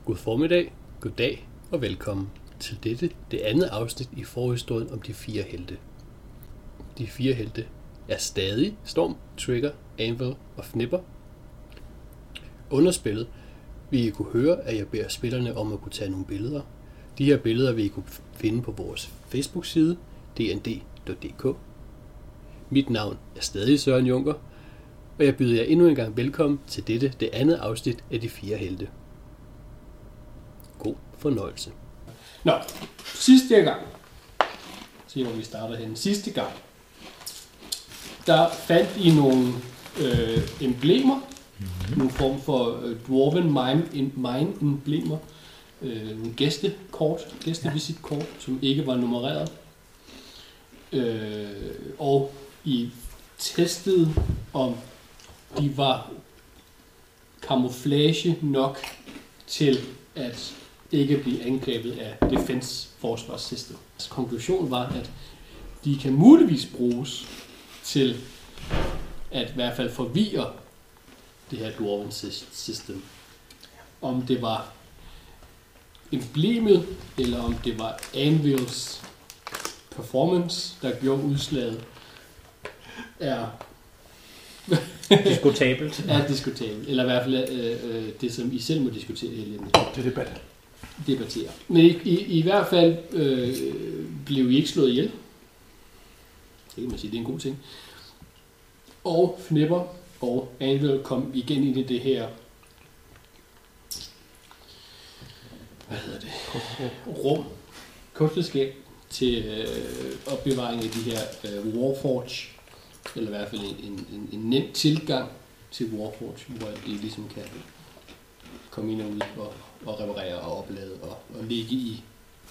God formiddag, god dag og velkommen til det andet afsnit i forhistorien om de fire helte. De fire helte er stadig Storm, Trigger, Anvil og Fnipper. Under spillet vil I kunne høre, at jeg beder spillerne om at kunne tage nogle billeder. De her billeder vil I kunne finde på vores Facebook-side, dnd.dk. Mit navn er stadig Søren Junker, og jeg byder jer endnu en gang velkommen til det andet afsnit af de fire helte. God fornøjelse. Nå, sidste gang, se hvor vi starter hen, sidste gang, der fandt I nogle emblemer, nogle form for Dwarven Mine emblemer, nogle gæstevisitkort, som ikke var nummereret. Og I testede, om de var camouflage nok til at ikke blive angrebet af Defense forsvarssystem. Konklusionen var, at de kan muligvis bruges til at i hvert fald forvirre det her Dwarven system. Om det var emblemet, eller om det var Anvils performance, der gjorde udslaget, er diskutabelt. Er diskutabelt. Eller i hvert fald det, som I selv må diskutere. Det er debattere. Men i hvert fald blev I ikke slået ihjel. Det kan man sige, det er en god ting. Og Fnipper og Anvil kom igen ind i det her rum, kunstnerskab til opbevaring af de her Warforge, eller i hvert fald en nem tilgang til Warforge, hvor de ligesom kan komme ind og ud og reparere og oplade og ligge i.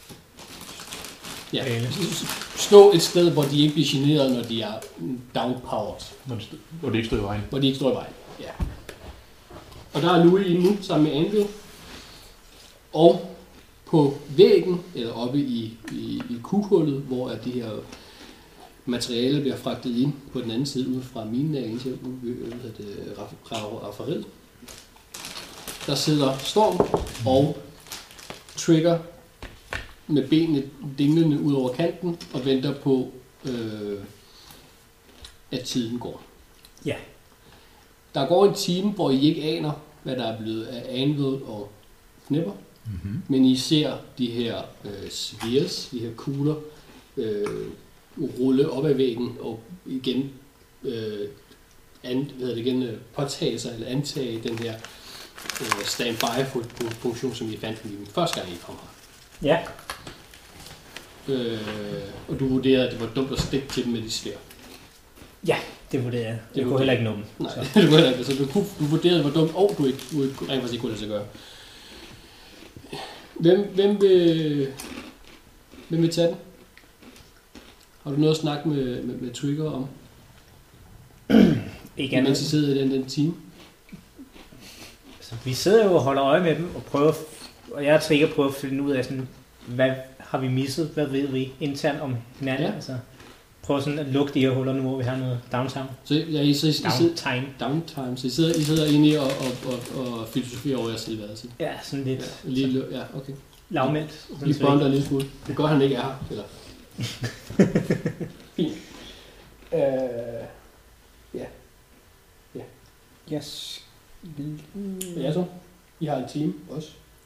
Ja, stå et sted, hvor de ikke bliver generet, når de er downpowered. Hvor de ikke står i vejen. Hvor de ikke står i vejen, ja. Og der er Louis inde nu, sammen med Anvil. Og på væggen, eller oppe i kughullet, hvor de her materialer bliver fragtet ind på den anden side, ude fra minen af, indtil Raffarid. Der sidder Storm og Trigger med benene dinglende ud over kanten og venter på, at tiden går. Ja. Der går en time, hvor I ikke aner, hvad der er blevet af Anvil og Fnipper. Mm-hmm. Men I ser de her spheres, de her kugler, rulle op ad væggen og igen, påtage sig eller antage den her standby-funktion, som I fandt i den første gang, I kom her. Ja. Og du vurderede, at det var dumt at stikke til dem med de svær. Ja, det vurderede jeg. Jeg kunne heller ikke nå dem. Nej, det kunne heller ikke. Så du vurderede, at det var dumt, og du rent faktisk ikke kunne lade sig gøre. Hvem vil tage den? Har du noget at snakke med Trigger om? Ikke andet. Mens I sidder i den time? Så vi sidder jo og holder øje med dem og prøver, og jeg og Trigger prøver at finde ud af sådan, hvad har vi misset? Hvad ved vi internt om hinanden? Ja. Altså, prøv sådan at lukke de her huller nu, hvor vi har noget downtime. Så downtime. Så I sidder inde i og filosoferer over jeres tilværelse. Ja, sådan lidt. Ja, okay. Lavmældt. I bonder lidt smule. Det er godt, han ikke er her. Eller? Fint. Ja. Yes. Ja, så. I har en team også.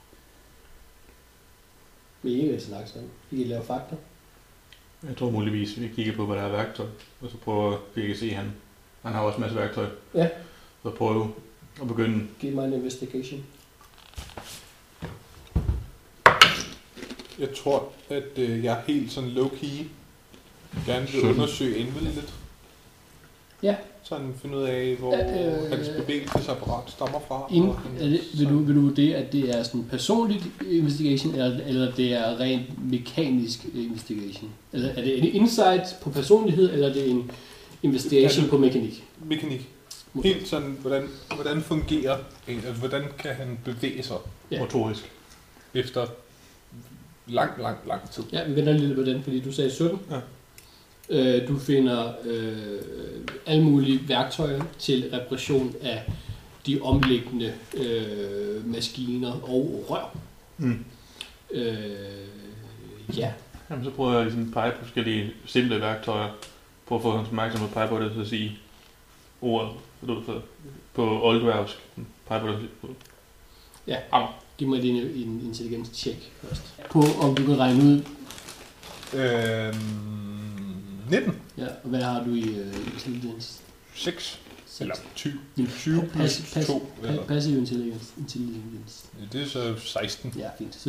Vi er ikke ved at snakke sammen. I kan lave fakta. Jeg tror muligvis, vi kigger på, hvad der er værktøj, og så prøver vi at se, han har også en masse værktøj. Ja. Så prøve at begynde. Giv mig en investigation. Jeg tror, at jeg er helt sådan low-key. Gerne vil undersøge Anvil lidt. Ja. Sådan finde ud af, hvor hans bevægelsesapparat stammer fra. Vil du vurdere, at det er sådan personligt investigation, eller det er rent mekanisk investigation? Eller er det en insight på personlighed, eller er det en investigation på mekanik? Mekanik. Helt sådan, hvordan fungerer en? Altså, hvordan kan han bevæge sig motorisk efter lang tid? Ja, vi venter lidt på den, fordi du sagde 17. Ja. Du finder alle mulige værktøjer til reparation af de omliggende maskiner og rør. Ja. Jamen, så prøver jeg ligesom at pege på forskellige simple værktøjer, på at få hans opmærksomhed pege på det, så at sige ordet på oldværvsk. Pege på det. Ja, giv mig lige en intelligens-check først. På om du kan regne ud. 19. Ja, og hvad har du i intelligens? 6. Eller 20. Passiv intelligens. Ja, det er så 16. Ja, fint. Så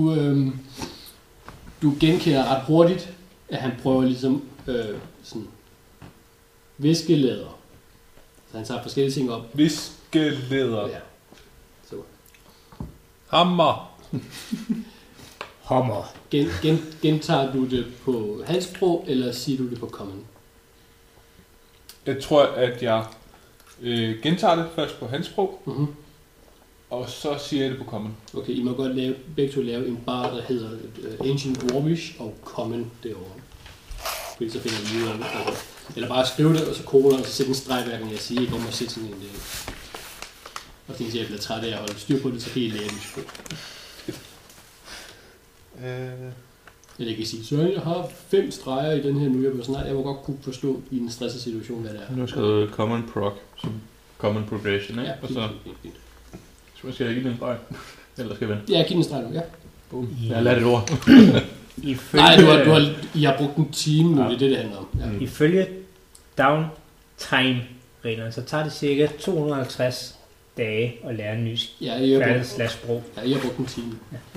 du genkender ret hurtigt, at han prøver ligesom sådan viskelæder. Så han tager forskellige ting op. Viskelæder. Ja. Så. Hammer. Hammer. Gentager du det på hans sprog, eller siger du det på common? Jeg tror, at jeg gentager det først på hans sprog, og så siger jeg det på common. Okay, I må godt begge to lave en bar, der hedder Ancient Dwarvish og Common derovre. Fordi så finder I ud af det. Eller bare skrive det, og så kolon, og så sætte en streg, hver gang jeg siger, ikke om at sætte sådan en del. Og det er jeg bliver træt af at holde styr på det, så kan I lære det på. Eller jeg kan sige, så jeg har 5 streger i den her nu, jeg må godt kunne forstå i en stresset situation, hvad det er. Nu har jeg skrevet common proc, som common progression, ikke? Ja, og så skal jeg give den en streg. Eller skal jeg vente? Ja, giv den en streg nu, ja. Jeg har lært et ord. Nej, I har brugt en time nu, det er det handler om. Ja. Ifølge downtime-reglerne, så tager det cirka 250 dage at lære en ny færdighedssprog. Ja, I har brugt en time. Ja.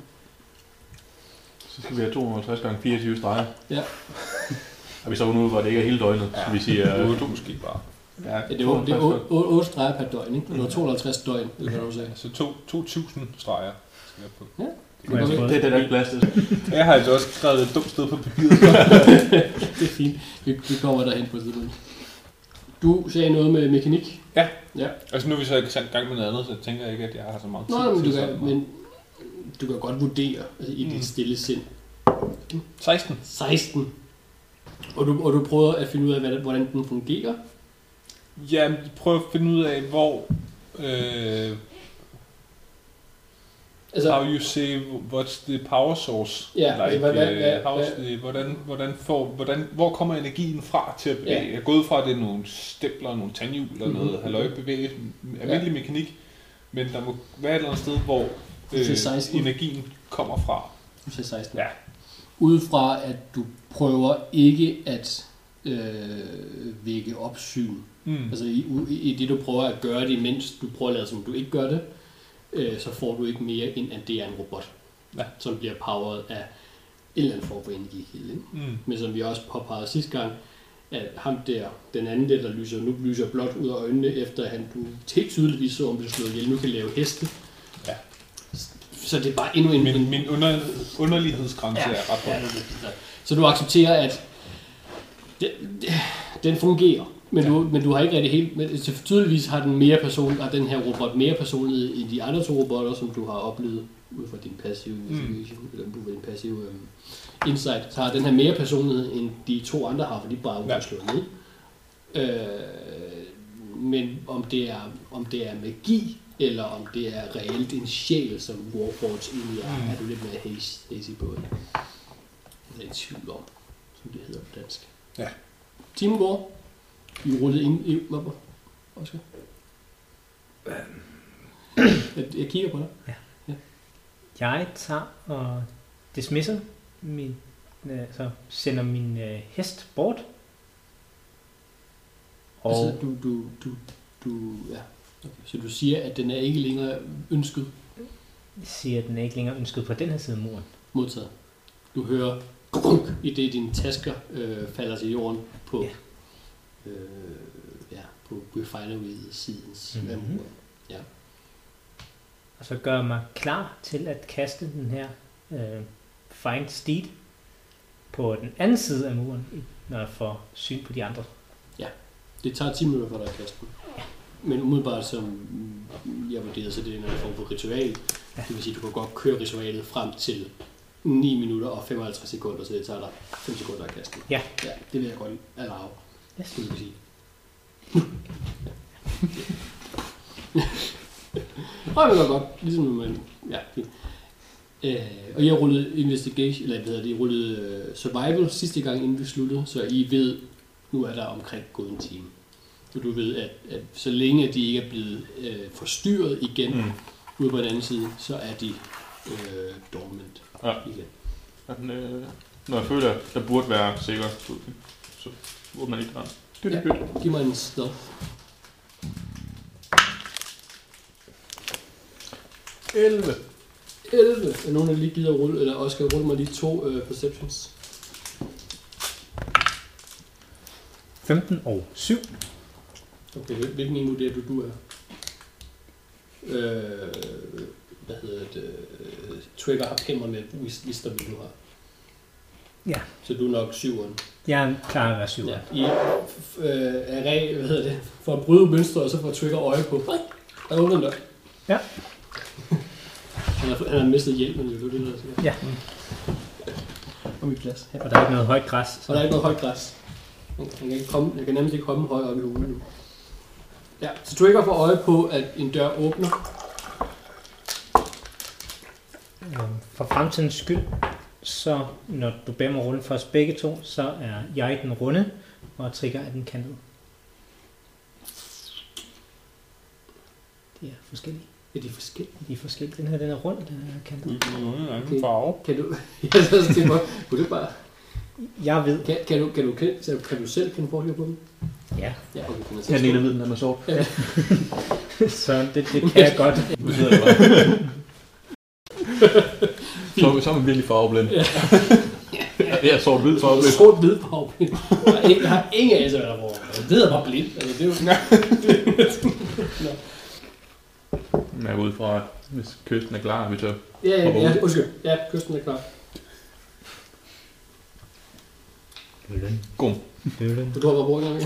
Så skal vi have 250 gange 24 streger. Ja. Og vi så nu, hvor det ikke er hele døgnet, så vi siger... 8 måske bare. Ja, det er 8 streger per døgn, ikke? Det var 250 døgn, eller hvad du sagde. Så 2.000 streger skal jeg på. Ja. Det er det, der ikke plads til. Jeg har altså også skrevet et dumt sted på papiret. Det er fint. Vi kommer derhen på et tidspunkt. Du sagde noget med mekanik. Ja. Altså nu er vi så ikke gang med noget andet, så tænker jeg ikke, at jeg har så meget tid. Men du kan godt vurdere i dit stille sind. 16. Og du prøver at finde ud af, hvordan den fungerer? Ja, vi prøver at finde ud af, hvor... how you say, what's the power source? Hvor kommer energien fra til at bevæge? Jeg er gået fra, at det er nogle stempler, nogle tandhjul eller noget halløjbevæge, almindelig mekanik, men der må være et eller andet sted, hvor energien kommer fra. Du siger 16. Ja. Udefra, at du prøver ikke at vække opsyn. Altså i det, du prøver at gøre det, imens du prøver at lade som du ikke gør det, så får du ikke mere, end at det er en robot, som bliver powered af en eller anden form for energikilde. Men som vi også påpegede sidste gang, at ham der, den anden der lyser blot ud af øjnene, efter han du helt tydeligvis så, om du slået ihjel, nu kan lave heste. Ja. Så det er bare endnu en... Min underlighedsgrænse er ret høj. Så du accepterer, at den fungerer. Men du har ikke rigtig helt... Men tydeligvis har den her robot mere personlighed end de andre 2 robotter, som du har oplevet ud fra din passive investigation, eller ud fra din passive insight. Så har den her mere personlighed end de 2 andre har, for de bare er slået ned. Men om det er magi, eller om det er reelt en sjæl, som Warforged egentlig er du lidt mere hazy på det. Det er i tvivl om, som det hedder på dansk. Ja. Timen går. I rullede ind i... Oscar? Jeg kigger på dig. Ja. Jeg tager og dismisser så sender min hest bort. Og altså, ja. Okay. Så du siger, at den er ikke længere ønsket? Jeg siger, at den er ikke længere ønsket på den her side af muren. Modtaget. Du hører grunk, i det dine tasker falder til jorden på... på refinery-sidens muren. Ja. Og så gør jeg mig klar til at kaste den her Find Steed på den anden side af muren, når jeg får syn på de andre. Ja, det tager 10 minutter for dig at kaste den. Ja. Men umiddelbart, som jeg vurderede, så det er en form for ritual. Ja. Det vil sige, at du kan godt køre ritualet frem til 9 minutter og 55 sekunder, så det tager dig 5 sekunder at kaste den. Ja. Ja, det vil jeg godt allow. Ja, skulle du sige. Nej, men godt. Ligesom man... Ja, fint. Og jeg rullede investigation, eller hvad hedder det, jeg rullede survival sidste gang, inden vi sluttede, så I ved, nu er der omkring gået en time. Så du ved, at så længe de ikke er blevet forstyrret igen ude på den anden side, så er de dormant igen. Når jeg føler, at der burde være sikker, så åbner jeg lige døren. Ja, giv mig en stealth. 11. Er nogen, der lige gider at rulle, eller også skal rulle mig de 2 perceptions? 15 og 7. Okay, hvilken en vurderer du er? Hvad hedder det? Trigger har kæmmer med wisdom, du har. Ja. Så du er nok 7'eren. Jeg er klar at være 7'eren. Ja. I hvad hedder det? For at bryde mønstret, og så får Trigger øje på. Nej, der åbner den dør. Ja. Han har mistet hjelmen, jo, det der siger. Ja. Og mit plads. Og der er ikke noget højt græs. Så. Og der er ikke noget højt græs. Jeg kan nærmest ikke komme højere op i hulen nu. Ja, så Trigger får øje på, at en dør åbner. For fremtidens skyld, så når du beder mig rulle for os begge to, så er jeg den runde, og Trigger er den kantede. De er forskellige. Ja, de er forskellige. De er forskellige. Den her, den er rund, den er kantet. Okay. Farve. Kan du... Jeg så det var... Kunne det bare... Jeg ved. Kan du selv kende forskel på dem? Ja. Ja, okay. Jeg den ene ved, den er med sort. Ja. Så det kan jeg godt. Så er man virkelig farveblind. Ja. Det er sort-hvid farveblind. Sort-hvid farveblind. Jeg har ingen anelse, hvad der var. Det hedder bare blind. Altså, det er jo... Jeg er ude fra, hvis kysten er klar, vi tør. Ja, undskyld. Ja, kysten er klar. God. Du tror bare bruger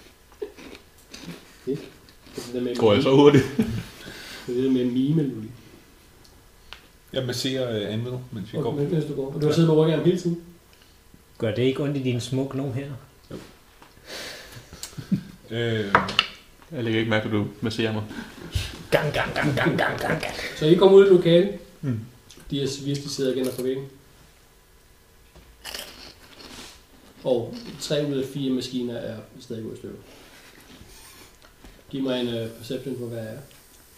den. Går jeg så hurtigt? Det er med en mime, Louis. Jeg masserer Anvil, mens vi går. Mens du går. Og du har siddet på ryggen hele tiden. Gør det ikke ondt i dine små gno her? Jo. Jeg lægger ikke mærke, at du masserer mig. Gang. Så I kommer ud i lokalet. De sidder igen og på væggen. Og 3 ud af 4 maskiner er stadig gået i stykker. Giv mig en perception på, hvad jeg er.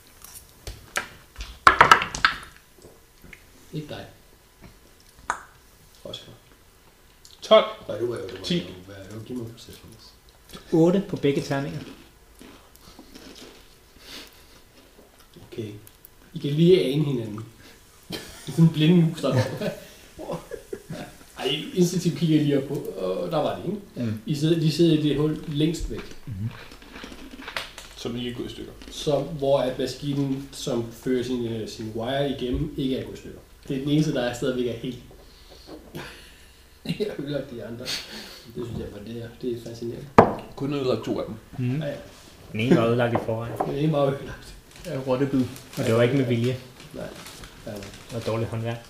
Ikke dig. Oscar. 12. Nej, du er jo 10. Giv mig perception. 8 på begge terninger. Okay. I kan lige ane hinanden. Det er sådan en blinde mus, der går. Ej, instinktivt kigger jeg lige op på, og der var det, ikke? De sidder i det hul længst væk. Som ikke er gået i stykker. Så hvor at maskinen, som fører sin wire igennem, ikke er gået i stykker. Det er den eneste, der er stadigvæk er helt... Jeg har ødelagt de andre. Det synes jeg, det er fascinerende. Kun ødelagt 2 af dem. Ja. Den ene var ødelagt i forvejen. Den ene var ødelagt. Ja, rottebid. Og det var ikke med vilje. Nej. Det var dårligt håndværk.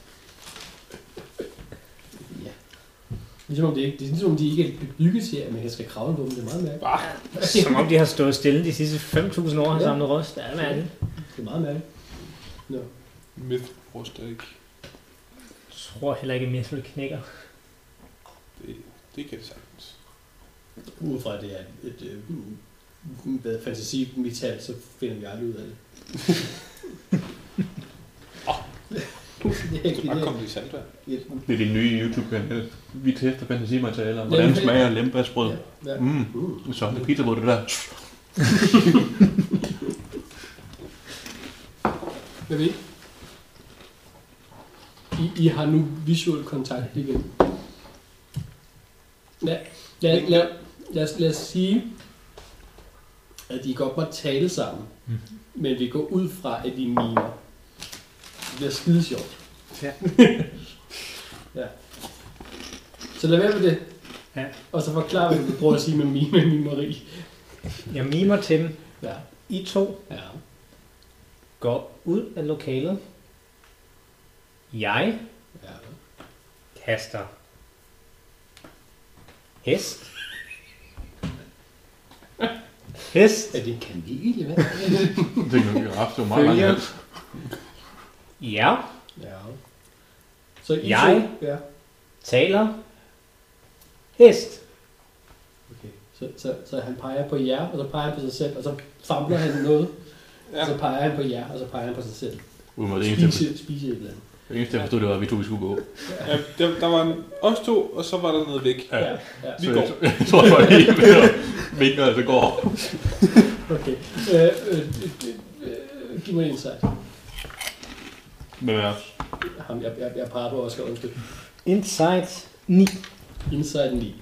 Ja. Ligesom om det er ligesom om de ikke er bygget til, at man skal kravle på dem. Det er meget mærkeligt. Som om de har stået stille de sidste 5.000 år og samlet rust. Det er mærkeligt. Det er meget mærkeligt. No. Myth ruster ikke. Jeg tror heller ikke, at Mithril knækker. Det kan det sagtens. Ud fra at det er et fantasi-metal, så finder vi aldrig ud af det. Det er bare kommet i saltvand. Det er din nye YouTube-kanal. Vi tester fantasimaterialer. Hvordan smager lembasbrød? Ja. Så det pizzabrød, det der. Hvad ved I har nu visuel kontakt igen. Lad os sige, at de godt må tale sammen, men vi går ud fra, at de mimer. Det bliver skide sjovt. Ja. Ja. Så lad være med det. Ja. Og så forklar, hvad du prøver at sige med mimeri. Jeg mimer til dem. Ja. I 2 går ud af lokalet. Jeg kaster hest. Hest. Er det en kanel, hvad? Jeg tænker, vi har haft jo meget Følger. langt. Ja. Ja. Så I Jeg? to, ja. Taler. Hest. Okay. Så han peger på jer, og så peger han på sig selv, og så famler han noget. Ja. Og så peger han på jer, og så peger han på sig selv. Uden det eneste, Spise et eller andet. det eneste, jeg forstod, det var, at vi to vi skulle gå. Ja, der var os to, og så var der noget væk. Ja. Ja. Vi Så går. jeg tror, det var helt med vinker, og så går. Okay. Giv mig en insight. Hvem er Ham, jeg peger på Oscar, undskyld. Insight 9. Insight 9.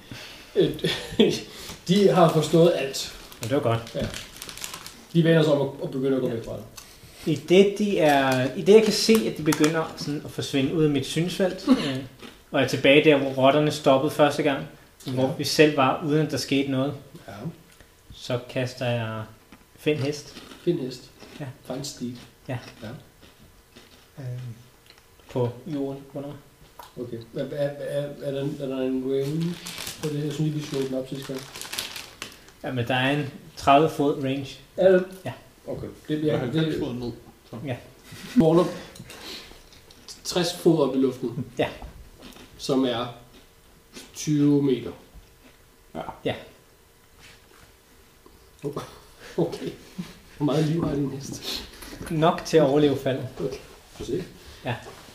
De har forstået alt. Og det var godt. Ja. De vender sig om og begynder at gå væk fra det. I det jeg kan se, at de begynder sådan at forsvinde ud af mit synsfelt, og er tilbage der, hvor rotterne stoppede første gang, hvor vi selv var, uden at der skete noget, Ja. så kaster jeg find hest. Find hest. Ja. Find steed. På jorden. Hvornår? Okay. Er der en range på det? Jeg synes, vi slog den op sidste gang. Ja, men der er en 30 fod range. Er det? Ja. Okay. det? Det er 90 fod ned. måler 60 fod op i luften. Ja. Som er 20 meter. Ja. Okay. Hvor meget liv har din hest? Nok til at overleve faldet. Få se. Ja.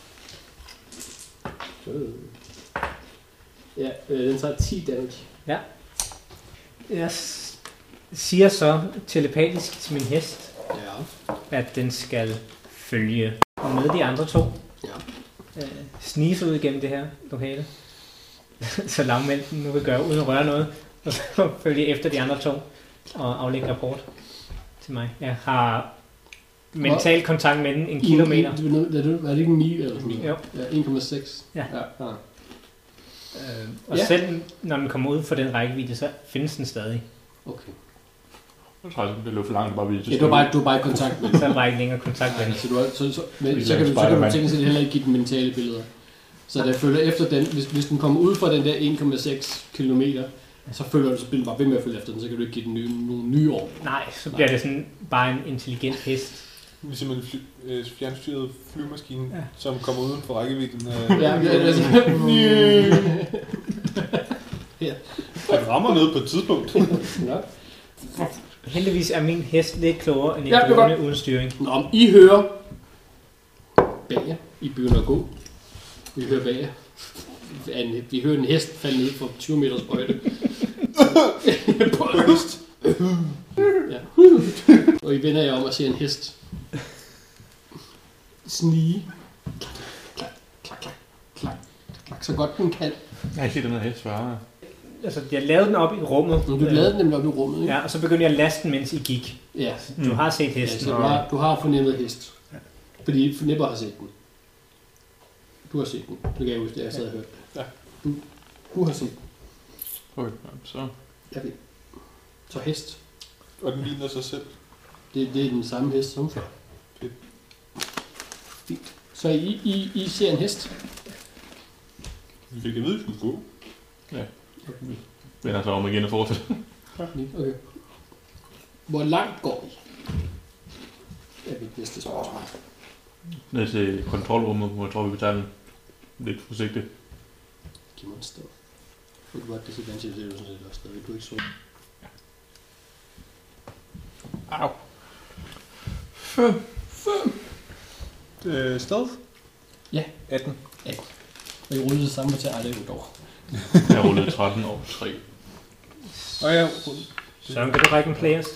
Ja, den tager 10 damage. Jeg siger så telepatisk til min hest, Ja. at den skal følge med de andre to. Ja. Snige sig ud igennem det her lokale. Så lavmælken nu vil gøre uden at røre noget. Og så følge efter de andre to og aflægge rapport til mig. Jeg har mental kontakt med den en kilometer. Er det ikke en mil eller sådan noget? Jo. Ja, 1,6. Ja. Ja. Og Ja. selv når den kommer ud for den rækkevidde, så findes den stadig. Okay. Jeg tror, det løb for langt, bare vi Ja, du er bare i kontakt med den. Så er der bare ikke længere kontakt med den. Så, men, Det så er kan du Spider-Man. tænke sig heller ikke give den mentale billeder. Så der følger efter den, hvis den kommer ud fra den der 1,6 kilometer, så følger du spillet bare ved med at følge efter den, så kan du ikke give den nogle nye år. Nej, så bliver det sådan bare en intelligent hest. Ligesom en fjernstyret flymaskine, Ja. som kommer uden for rækkevidden. Ja, Han rammer noget på et tidspunkt. ja. Heldigvis er min hest lidt klogere end en Ja, det er gående uden styring. Nå, om I hører bag jer, I begynder at gå. Vi hører bag jer. Vi hører en hest falde ned fra 20 meters højde. På en hest. Ja. Og I vender jer om og ser en hest snige. Klak, klak, klak, klak, klak, så godt den kan. Jeg har set den her hest før. Altså, jeg lavede den op i rummet. Du lavede den nemlig op i rummet, ikke? Ja, og så begyndte jeg at laste den, mens I gik. Ja. Du har set Ja, hesten. så du har fornemmet hest. Fordi Nipper har set den. Du har set den. Det kan jeg huske, det jeg sad og hørte. Ja. Du har set den. Okay, så. Jeg ved. Så hest. Og den ligner sig selv. Det er den samme hest som før. Fedt. Fint. Så I ser en hest. Vi fik at vide, at vi skulle gå. Vender sig om igen og fortsætter. Okay. Hvor langt går I? Det er mit næste spørgsmål. Ned til kontrolrummet, hvor jeg tror, vi kan tage den lidt forsigtigt. Giv mig en sted. Du kan godt disadvantage, det er jo sådan lidt også stadig. Du er ikke så... Au. 5. Stealth? Ja. 18. Og I rullede det samme til Ejle dog. Jeg rullede 13 over 3. Og jeg Søren, kan du række en players?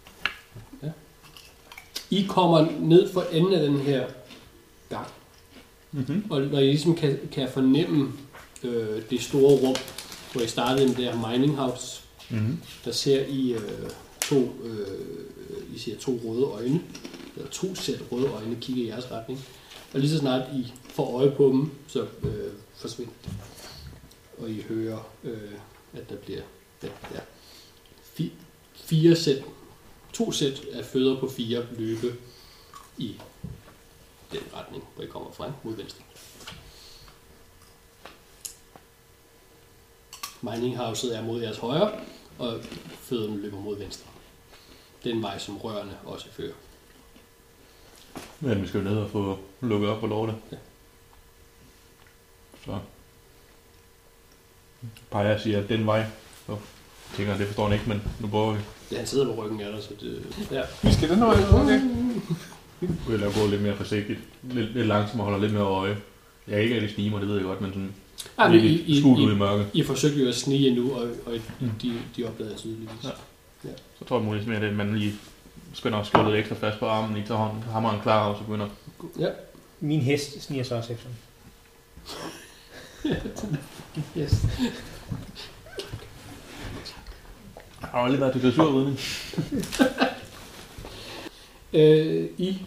I kommer ned for enden af den her gang. Mm-hmm. Og når I ligesom kan fornemme det store rum, hvor I startede med det her mining house, der ser I I ser to røde øjne, eller to sæt røde øjne kigger i jeres retning. Og lige så snart I får øje på dem, så forsvinder det. Og I hører, at der bliver to sæt af fødder på 4 løbe i den retning, hvor I kommer frem mod venstre. Mining houset er mod jeres højre, og fødderne løber mod venstre. den vej, som rørene også fører. Men vi skal jo ned og få lukket op på lortet. Ja. Så Paja siger, at den vej. Så tænker jeg, det forstår han ikke, men nu prøver vi. Ja, han sidder på ryggen af dig, så det... Ja. Vi skal den vej, okay. Eller gå lidt mere forsigtigt. Lidt langsomt og holder lidt mere øje. Jeg er ikke rigtig sniger, det ved jeg godt, men sådan lidt skjult ud i mørke. I forsøgte jo at snige endnu, og de opdagede tydeligvis. Ja. Så tror jeg muligvis mere, at man lige spænder skjoldet ekstra fast på armen, I tager hammeren klar, og så begynder. Ja. Min hest sniger så også efter. Yes. Jeg har aldrig været til dressurridning. I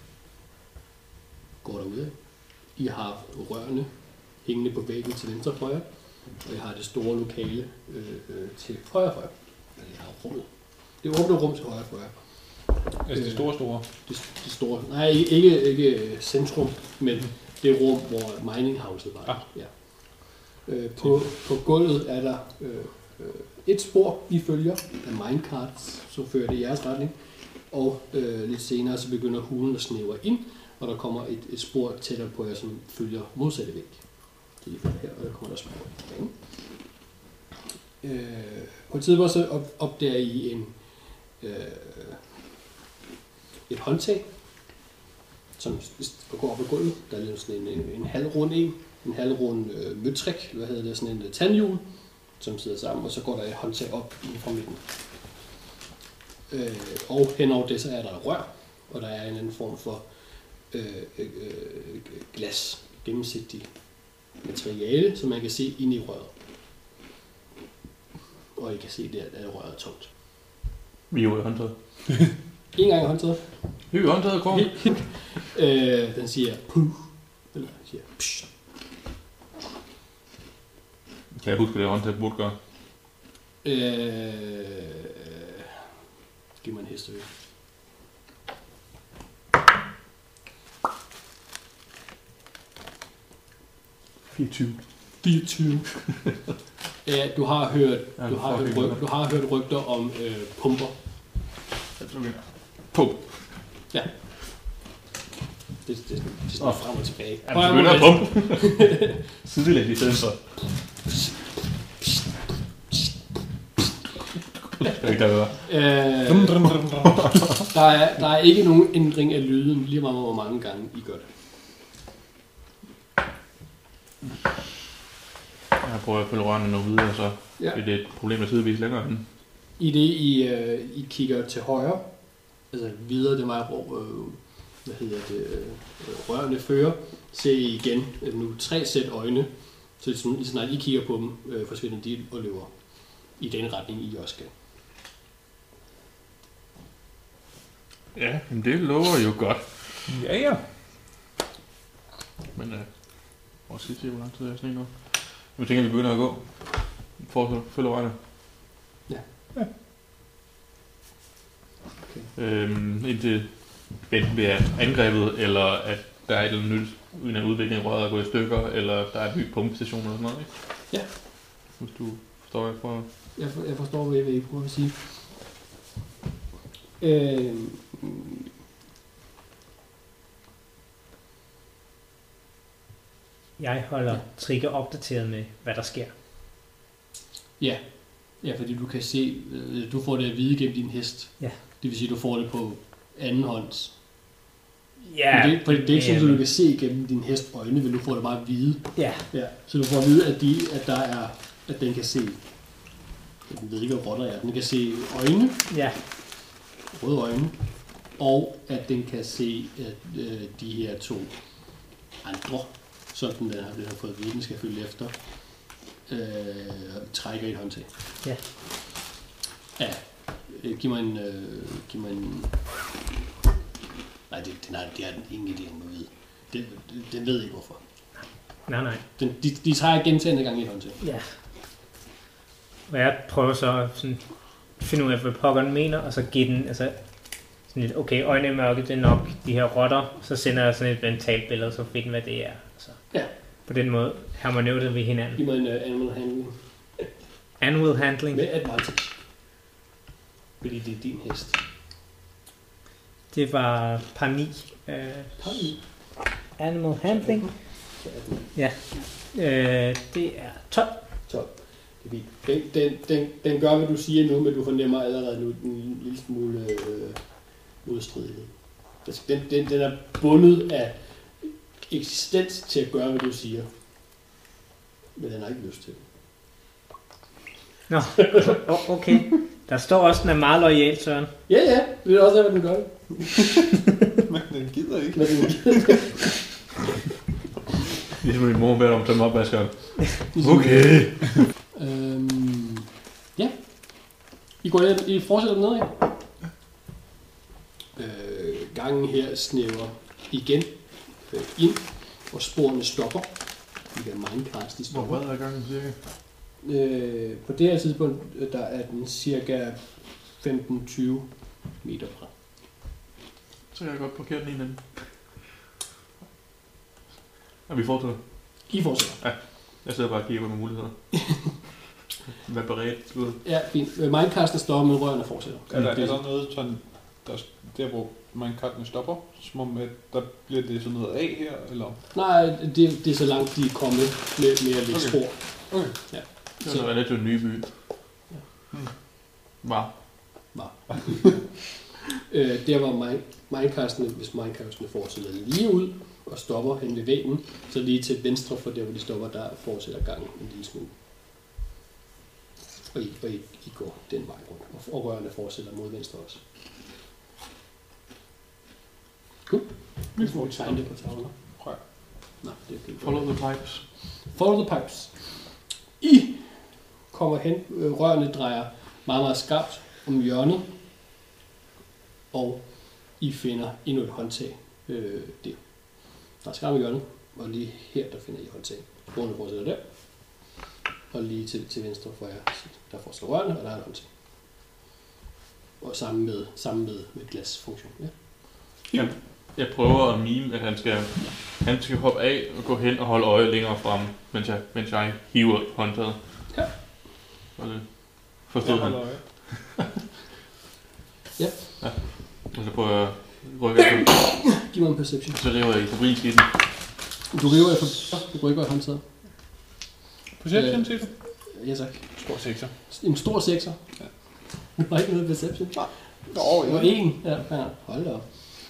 går derud. I har rørene hængende på væggen til venstre for jer, og I har det store lokale til højre for jer. Eller I har rummet. Det åbne rum til højre for jer. Altså det store? Det store. Nej, ikke centrum, men det rum, hvor mining houset var. Ja. På gulvet er der et spor, I følger af minecarts, som fører det i jeres retning. Og lidt senere så begynder hulen at snævre ind, og der kommer et spor tættere på jer, som følger modsatte væg. Så I følger her, og der kommer der spor tilbage. På et tidspunkt så opdager I et håndtag, som går op på gulvet. Der er sådan en halvrund en halvrund møtrik, sådan en tandhjul, som sidder sammen, og så går der et håndtag op inden fra midten. Og henover det, så er der et rør, og der er en anden form for glas, gennemsigtig materiale, som man kan se ind i røret. Og I kan se der, at røret er tungt. Vi er jo i håndtaget. En gang i håndtaget. Vi er i håndtaget, kom. Den siger puh, eller den siger psh. Kan jeg huske, det håndtaget burde gøre? Giv mig en hesteø. 24. Ja, du har hørt rygter om pumper. Pump. Ja. Det er frem og tilbage. Ja, du begynder at pumpe. Sidelæg i stedet for. Der er ikke nogen ændring af lyden, lige meget hvor mange gange I gør det. Jeg prøver at følge rørene noget videre, så det er et problem, der sidevis længere hen. I det, I kigger til højre, altså videre det vej, hvor rørene fører, ser I igen nu 3 sæt øjne, så lige snart I kigger på dem, forsvinder de og løber i den retning, I også skal. Ja, men det lover jo godt. Ja. Men prøv at se, hvor lang tid jeg sådan nu. Nu tænker vi begynder at gå. For at følge rørene. Ja. Okay. Indtil enten bliver angrebet, eller at der er et eller andet nyt, uden at udviklingen røret er gået i stykker, eller der er en ny pumpestation eller sådan noget, ikke? Ja. Hvis du forstår, hvad jeg prøver. Jeg forstår, hvad I prøver at sige. Jeg holder Trigger opdateret med, hvad der sker. Ja, fordi du kan se, du får det at vide gennem din hest. Ja. Det vil sige, du får det på anden hånds. Ja. Men det er ikke sådan, at du kan se gennem din hest øjne, men du får det bare at vide. Ja. Så du får at vide, at den kan se. Den ved ikke, hvad rotter er. Den kan se øjne. Ja. Røde øjne. Og at den kan se at de her 2 andre, sådan den har fået at vide, den skal følge efter, trækker et håndtag. Ja. Ja. Giv mig en... Nej, det har den ingen idé om at vide. Den ved ikke hvorfor. Nej. De trækker gentagende gang i et håndtag. Ja. Og jeg prøver så at finde ud af, hvad pokkeren mener, og så give den, altså sådan lidt, okay, øjne i mørke, det er nok de her rotter, så sender jeg sådan et mentalbillede, billede, så finder hvad det er. Så. Ja. På den måde harmonerer vi hinanden. Giv mig en animal handling. Animal handling? Med advantage. Fordi det er din hest. Det var par 9. Animal handling. Ja. Det er 12. 12. Det er fint. Den gør, hvad du siger nu, men du fornemmer allerede nu en lille smule modstridighed. Den er bundet af eksistens til at gøre, hvad du siger. Men den har ikke lyst til det. Nå, okay. Der står også, den er meget loyal, Søren. Ja. Det er også, hvad den gør. Men den gider ikke. Ligesom min mor beder om at tage mig opvaskeren. Okay. Ja. I fortsætter ned, ikke? Gangen her snæver igen ind, og sporene stopper. De der minecast, de stopper. Hvor bred er gangen cirka? På det her tidspunkt, der er den cirka 15-20 meter bred. Så kan jeg godt parkere den i den. Og vi fortsætter. I fortsætter. Ja, jeg sidder bare og kigger på nogle muligheder. Hvad beredt ud? Ja, fint. Minecasten stopper, men rørene fortsætter. Er der noget sådan, der hvor minecarten stopper, som om at der bliver det sådan noget af her, eller? Nej, det er så langt de er kommet med at lægge spor. Okay. Ja. Det er relativt en ny by. Ja. Var. Der var minecastene, hvis minecastene fortsætter lige ud og stopper hen ved væggen, så lige til venstre for der, hvor de stopper, der fortsætter gangen en lille smule. Og I går den vej rundt, og rørene fortsætter mod venstre også. Cool. Vi får tegne det på tavlen. Ja. Nå, det er okay. Follow the pipes. Follow the pipes. I kommer hen, rørene drejer meget, meget skarpt om hjørnet, og I finder endnu et håndtag der. Der er skarpt i hjørnet, og lige her, der finder I håndtag. Rørene fortsætter der, og lige til venstre for jer, der fortsætter rørene, og der er et håndtag. Og sammen med glasfunktion. Ja. Jeg prøver at mime, at han skal hoppe af og gå hen og holde øje længere frem, mens jeg hiver håndtaget. Ja. Og det forstod han. Ja. Og så prøver jeg at rykke af. Giv mig en perception. Så river jeg i fabrilsk i den. Du rykker håndtaget. Perception, siger du? Ja, tak. Stor sekser. En stor sekser. Ja. Du har ikke noget perception. Nej. Det var en. Ja, hold da op.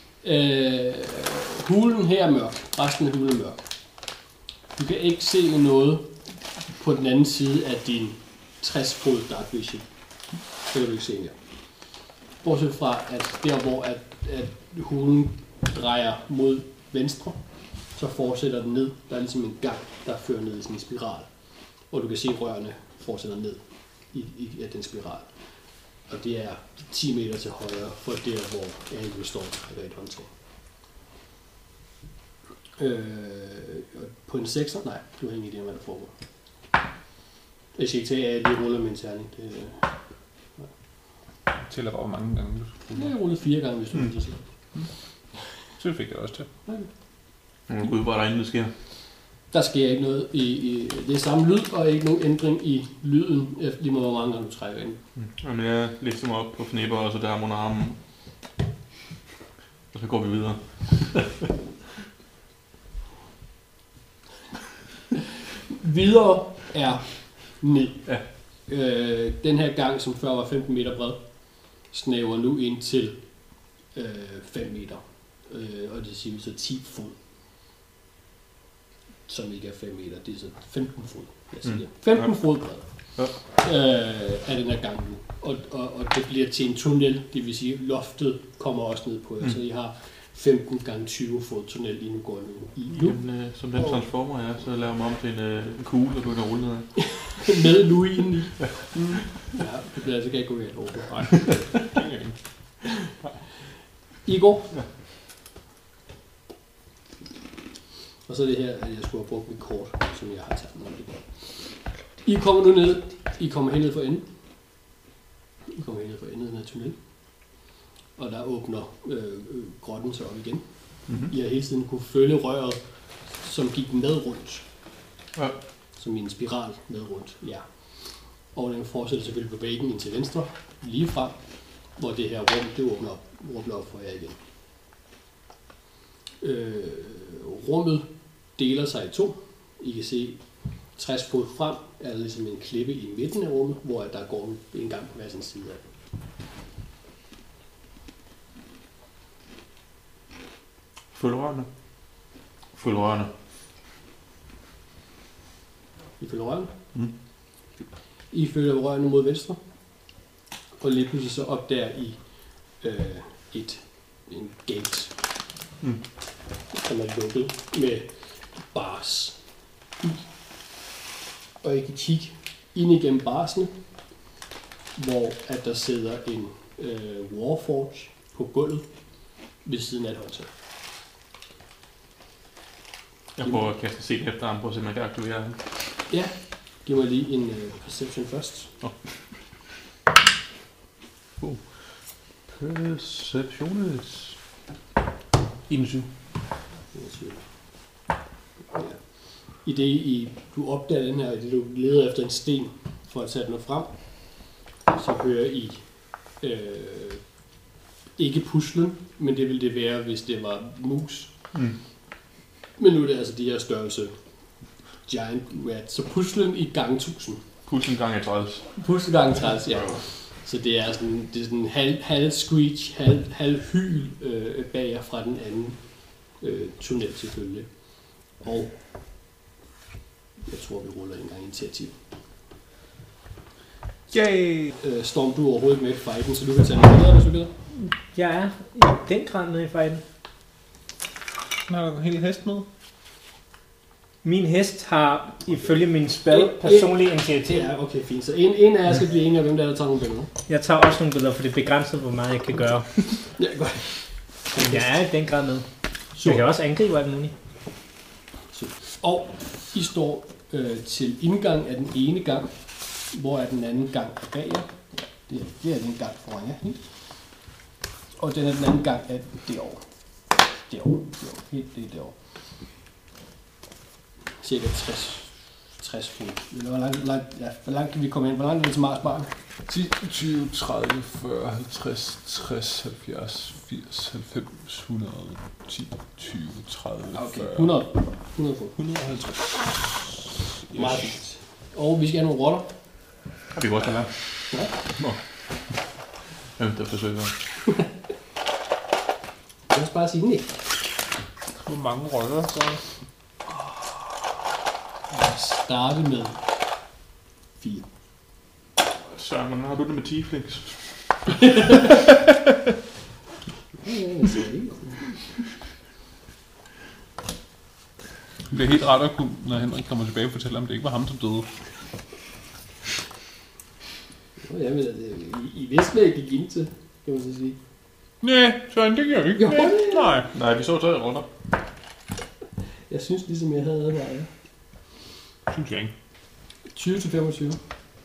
Hulen her er mørk. Resten af hulen er mørk. Du kan ikke se noget på den anden side af din 60-fod dark vision. Det kan du ikke se her. Bortset fra, at der hvor at hulen drejer mod venstre, så fortsætter den ned. Der er ligesom en gang, der fører ned i sådan en spiral. Og du kan se rørene fortsætter ned i den spiral. Og det er 10 meter til højre for der, hvor Andrew står med et håndtag. På en 6'er? Nej, du har ingen idé om, hvad der foregår. Jeg skal ikke tage, at jeg lige ruller med en terning. Tæller bare, hvor mange gange du skulle. Jeg rullede 4 gange, hvis du vil det. Så det fik jeg også til. Jeg går ud bare derinde, det sker. Der sker ikke noget i det samme lyd, og ikke nogen ændring i lyden, lige med hvor mange gange du trækker ind. Jamen, jeg lister mig op på knæber, og så der under armen. Og så går vi videre. Videre er ned. Ja. Den her gang, som før var 15 meter bred, snæver nu ind til 5 meter. Og det siger vi så 10 fod. Som ikke er 5 meter, det er så 15 fod. Jeg siger 15 fod bred. Ja. Af den her gang nu. Og det bliver til en tunnel, det vil sige, loftet kommer også ned på jer. Så I har 15 gange 20 fod tunnel, I nu går nu i nu. Jamen, som den transformer er, så laver man om til en kugle, og begynder at rulle ned. Med Louisen i. Ja, det bliver altså ikke gå helt over. Nej. Igor. Ja. Og så er det her, at jeg skulle have brugt mit kort, som jeg har taget med. I kommer nu ned. I kommer hen ned for enden. I kommer hen ned for enden af den her tunnel. Og der åbner grotten sig op igen. Mm-hmm. I har hele tiden kunne følge røret, som gik med rundt. Ja. Som i en spiral med rundt. Ja. Og den fortsætter selvfølgelig på væggen ind til venstre, lige frem, hvor det her rum, det åbner op for jer igen. Rummet deler sig i to. I kan se 60 fod frem er der ligesom en klippe i midten af rummet, hvor der går en gang på hver sin side af. Følg rørene. I følger rørene? Mm. I følger rørene mod venstre, og lige pludselig så opdager I en gate, som er lukket med bars. Og I kan kigge ind igennem barsene, hvor at der sidder en Warforge på gulvet ved siden af et håndtag. Jeg prøver at kaste set efter ham, på så man kan aktivere ham. Ja, giv mig lige en perception først. Perceptiones. 21. Ja. I det, du opdager den her, i det du leder efter en sten for at tage den frem, så hører I ikke puslen, men det ville det være, hvis det var mus. Mm. Men nu er det altså de her størrelse giant rat, så puslen i gang 1000. Puslen gang 30. Puslen gang 30, ja. Så det er sådan halv screech, halv hyl bag jer fra den anden tunnel selvfølgelig. Og jeg tror, vi ruller en gang initiativ. Yay! Storm, du er overhovedet ikke med i fighten, så du kan tage den videre, hvis du gider. Jeg er i den grad med i fighten. Har du en hel hest med? Min hest har ifølge min spell personlige initiativ. Ja, okay, fint. Så en af jer skal blive en af hvem der tager nogle billeder. Jeg tager også nogle billeder, for det er begrænset, hvor meget jeg kan gøre. Ja, godt. Men jeg er i den grad med. Så. Jeg kan også angribe alt muligt. Og I står til indgang af den ene gang, hvor er den anden gang bag jer. Det er den gang foran jer. Og den anden gang er derovre. Helt det derovre. Cirka 60 fod. Hvor langt kan vi komme ind? Hvor langt er det til Marsbarn? 10, 20, 30, 40, 50, 60, 70, 80, 90, 100, 10, 20, 30, 40. Okay, 100 fod. 150. Yes. Meget fint. Og vi skal have nogle rotter. Har vi godt lade Ja. Nå. Der forsøger jeg. Jeg skal bare sige nej. Hvor mange roller så? Jeg starter med 4. Søren, har du det med tieflings? Det bliver helt ret at kunne, når Henrik kommer tilbage og fortæller, om det ikke var ham, som døde. Ja, men I vidste, hvad I gik ind til, kan man så sige. Nej, Søren, det gør vi ikke. Nej, vi så 3 runder. Jeg synes ligesom, jeg havde advaret jer. Synes jeg ikke. 20 til 25.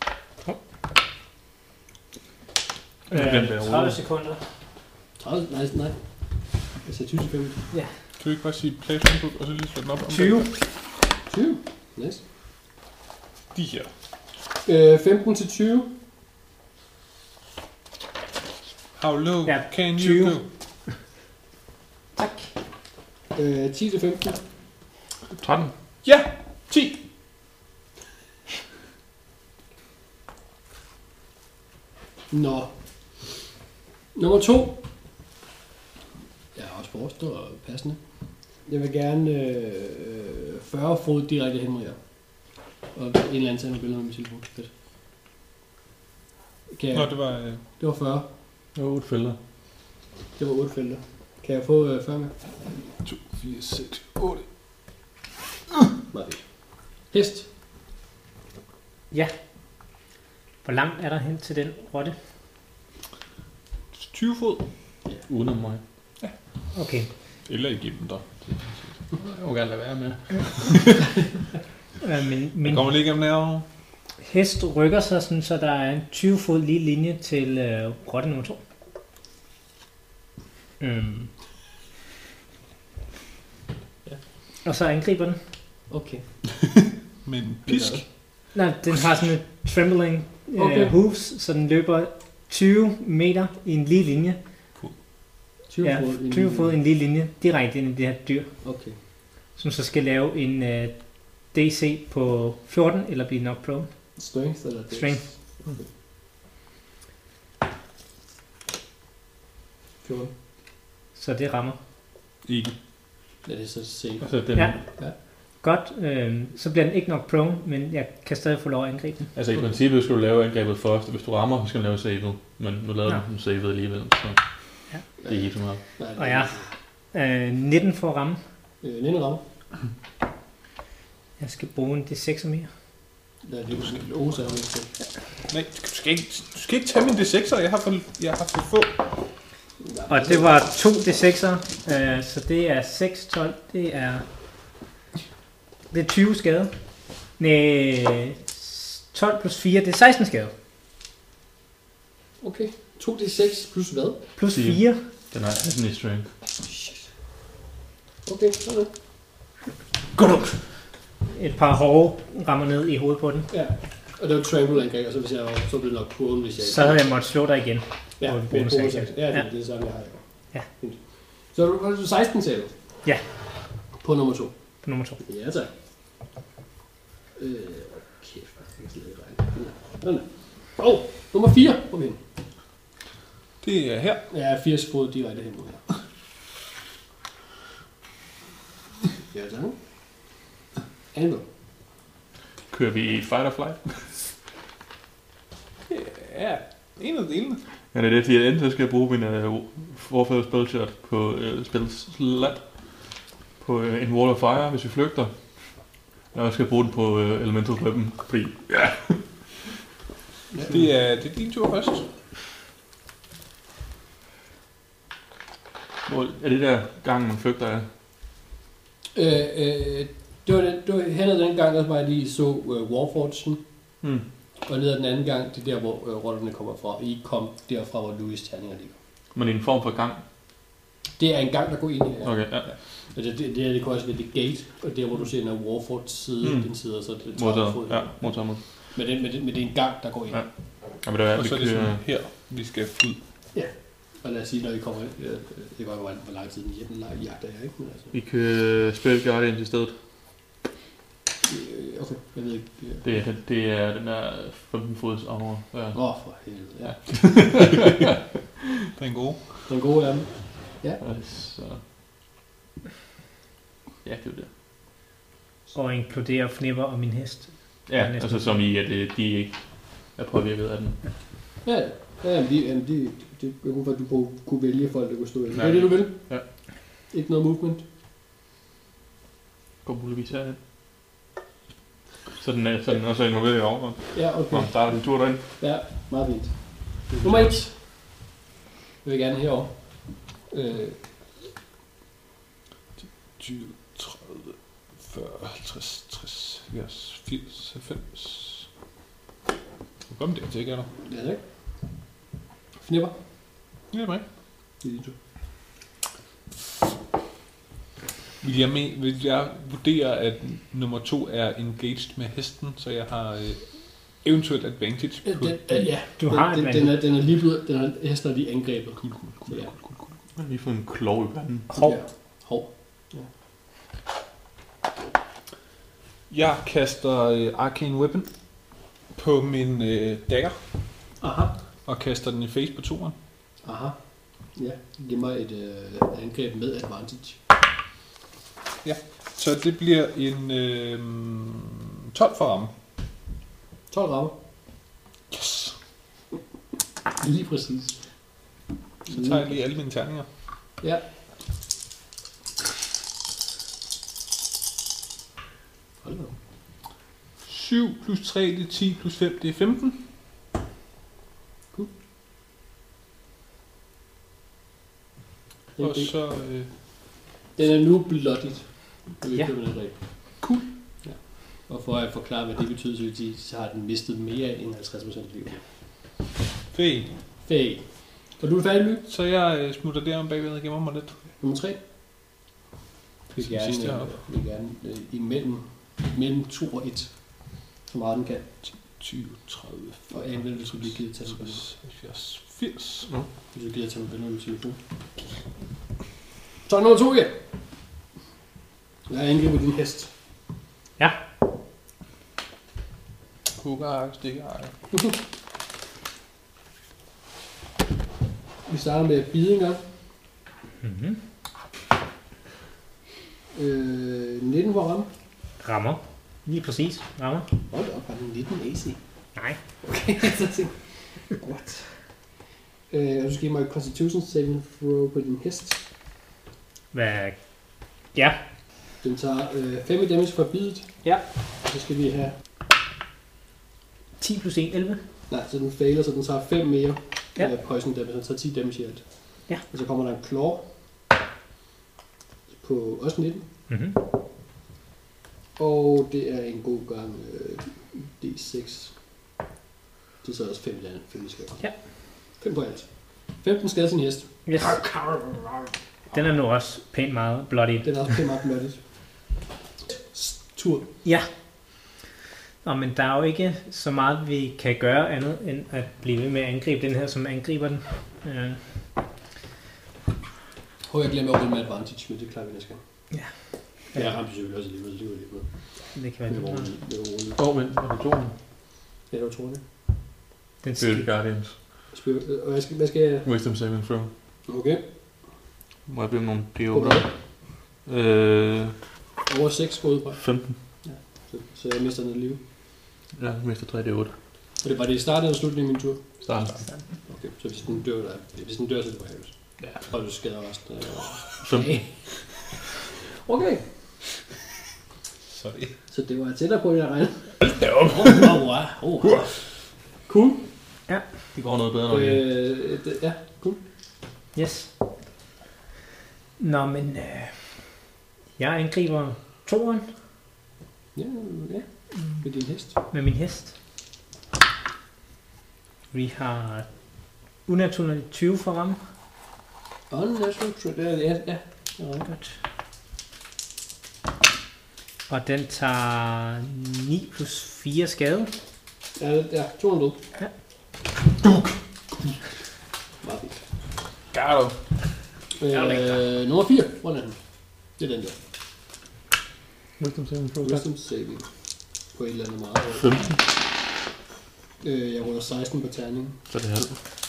30 sekunder. 30? Nej. Jeg sagde 20 til 25. Ja. Kan du ikke bare sige placement og så lige slå den op? 20. 20? Nice. De her. 15 til 20. How low can 20. you go? Tak. 10 til 15. 13. Ja, 10. Nå. Nummer 2. Jeg er også forstået og passende. Jeg vil gerne 40 fod direkte hen mod jer. Og en eller anden tage billeder med min telefon. Fedt. Nå, det var... Det var 40. Det var 8 felter. Det var 8 felter. Kan jeg få 40 med? 2, 4, 6, 8. Meget fedt. Hest. Ja. Hvor langt er der hen til den rotte? 20 fod. Uden om mig. Okay. Eller igennem dig. Jeg må gerne lade være med. Min kommer lige igennem der. hest rykker sig sådan, så der er en 20 fod lige linje til rotte nummer 2. Ja. Og så angriber den. Okay. Men pisk. Nej, den har sådan et trembling Okay. hooves, så den løber 20 meter i en lige linje. 20 fod en lille linje direkte ind i det her dyr. Okay. Som så skal lave en DC på 14 eller blive knocked prone. Strength eller dex? Strength. Okay. 14. Så det rammer. Ikke. Ja, det er så safe. Altså, den, Ja. Godt. Så bliver den ikke knocked prone, men jeg kan stadig få lov at angribe den. Altså i princippet skal du lave angrebet først, og hvis du rammer, så skal du lave savet. Men nu lavede den savet alligevel, så det er ikke helt så meget. Og ja, 19 for at ramme. 19 rammer. Jeg skal bruge en D6 mere. Ja, det er jo så Nej, du skal ikke tage min D6'er. Jeg har for få. Og det var 2 D6'er, så det er 6, 12, det er 20 skade. Nej, 12 plus 4, det er 16 skade. Okay. 2d6 plus hvad? Plus 4. Den har 18 i strength. Shit. Okay, sådan. Godt. Et par hårde rammer ned i hovedet på den. Ja. Og det var trample angreb, og så hvis jeg var, så blev det nok prone, hvis jeg... Så havde jeg måttet slå dig igen. Ja, på en bonus bonus-action. ja, det er det samme, jeg har. Ja. Fint. Så var du 16 sagde du? Ja. På nummer 2? På nummer 2. Ja, tak. Kæft, jeg kan slet ikke regne. Sådan. Nummer 4 på vi hen. Det er her. Ja, 80 fod direkte hen mod her. Ja, tak. Anvil. Kører vi i fight or flight? Ja, en af delene. Ja, det er det, fordi jeg enten skal jeg bruge min Warfare Spellshot på spilslat på en Wall of Fire, hvis vi flygter. Eller skal jeg bruge den på Elemental Weapon, fordi Det er din tur først. Hvor er det der gang, man flygter af? Det var hen ad den gang, der var jeg lige så Warforgen. Og ned ad den anden gang, det er der, hvor rollerne kommer fra. Og I kom derfra, hvor Louis' terninger ligger. Men i en form for gang? Det er en gang, der går ind i her. Okay, ja. Det kan også være det gate, og der, hvor du ser en Warfords side, den side, så det modtaget. fod. Ja, modtaget. Men det er en gang, der går ind. Ja. Ja, men det er, og så er det sådan her, vi skal ud. Ja. Og lad os sige, når vi kommer ind, det går hvor lang tid den jagter jeg, ikke? Men altså. Vi kan spille Guardian i stedet. Okay, jeg ved ikke. Det er den der 15 fods armor. Ja. For helvede, ja. Den gode. Den gode er den. Ja. Altså. Ja, det er det. Og inkludere Fnipper og min hest. Ja, altså som i, at de ikke er påvirket af den. Ja, det er godt for, at du kunne vælge folk, der kunne stå ind. Det er det, du vil? Ja. Ikke noget movement? Går muligvis herhen. Så den er også involveret i overgården. Ja, okay. Nå, starter din tur derind. Ja, meget fint. Nummer 1. Jeg vil gerne herover. 20, 30, 40, 50, 60, 70, 80, 90. Kom der til, ikke er der? Ja, tak. Fnipper. Det er mig. Det er de to. Vil jeg vurdere, at nummer 2 er engaged med hesten, så jeg har eventuelt advantage på ja, du har advantage. Den er lige blevet, hesten er lige angrebet. Cool. Ja. Jeg har lige fået en klov i panden. Hov. Ja. Jeg kaster Arcane Weapon på min dagger. Aha. Og kaster den i face på 2'eren. Aha. Ja, giv mig et angreb med advantage. Ja, så det bliver en 12 for ramme. 12 rammer. Yes! Lige præcis. Så tager jeg lige alle mine terninger. Ja. Hold da. 7 plus 3, det er 10 plus 5, det er 15. Cool. Og så... Den er nu blottet. Ja. Cool. Ja. Og for at forklare, hvad det betyder, så vil sige, så har den mistet mere end 50% af livet. Fæ. Og du er færdig, Ly? Så jeg smutter derom bagved og gemmer mig lidt. Nummer 3. Vi vil gerne imellem 2 og 1. Så meget den kan. 20, 30, 40, og anvende, hvis du lige givet til 70, 80. Nå. Hvis du giver til mig billeder med telefon. Så nummer 2 igen. Jeg angriber din hest. Ja. Hugger, stikker. Vi starter med at bide en gang. Mm-hmm. 19 for at ramme. Rammer. Lige præcis. Rammer. Hold da op, har den 19 AC? Nej. Okay, så tænkte what? Du skal give mig et Constitution saving throw på din hest. Hvad? Ja. Den tager 5 i damage for bidet. Ja. Og så skal vi have... 10 plus 1, 11. Nej, så den failer, så den tager 5 mere Ja. poison damage, så den tager 10 damage i alt. Ja. Og så kommer der en claw på også 19. Mm-hmm. Og det er en god gang D6. Det er så også 5 i landet, 5 i skader. Ja. 5 på alt. 15 skader sin hest. Yes. Den er nu også pænt meget bloody. Den er også pænt meget blottet. Tur. Ja. Nå, men der er jo ikke så meget, vi kan gøre andet, end at blive ved med at angribe den her, som angriber den. Jeg glemmer at med advantage, men det klarer vi næste gang. Ja. Jeg ramte selvfølgelig også alligevel, så det var lidt med. Det kan være Med lidt. roligt. Men er det 2? Ja, det var troligt. Den Spirit Guardians. Og hvad skal jeg... Wisdom saving throw. Okay. Må jeg blive nogle På D8'er? Over 6 går ud på. 15. Så jeg mister noget liv. Ja, jeg mister 3 D8. Og det var det i starten eller slutningen af min tur? Starten. Okay, så hvis den dør, så er det bare hævet. Ja. Og du skader resten af... 15. Okay. Sorry. Så det var tættere på, end jeg regnede. Wow. Cool. Det går noget bedre, når Ja, cool. Yes. Nå, men jeg angriber toeren Ja, med din hest. med min hest. Vi har unaturligt 20 for ramme. Unnatural trade. Ja. Godt. Og den tager 9 plus 4 skade. Ja, 200. Ja. Meget fint. Got Nummer 4. Hvordan er den? Det er den der. Wisdom saving throw. Wisdom saving. På et eller andet meget. 15. Jeg ruller 16 på terningen. Så er det halv.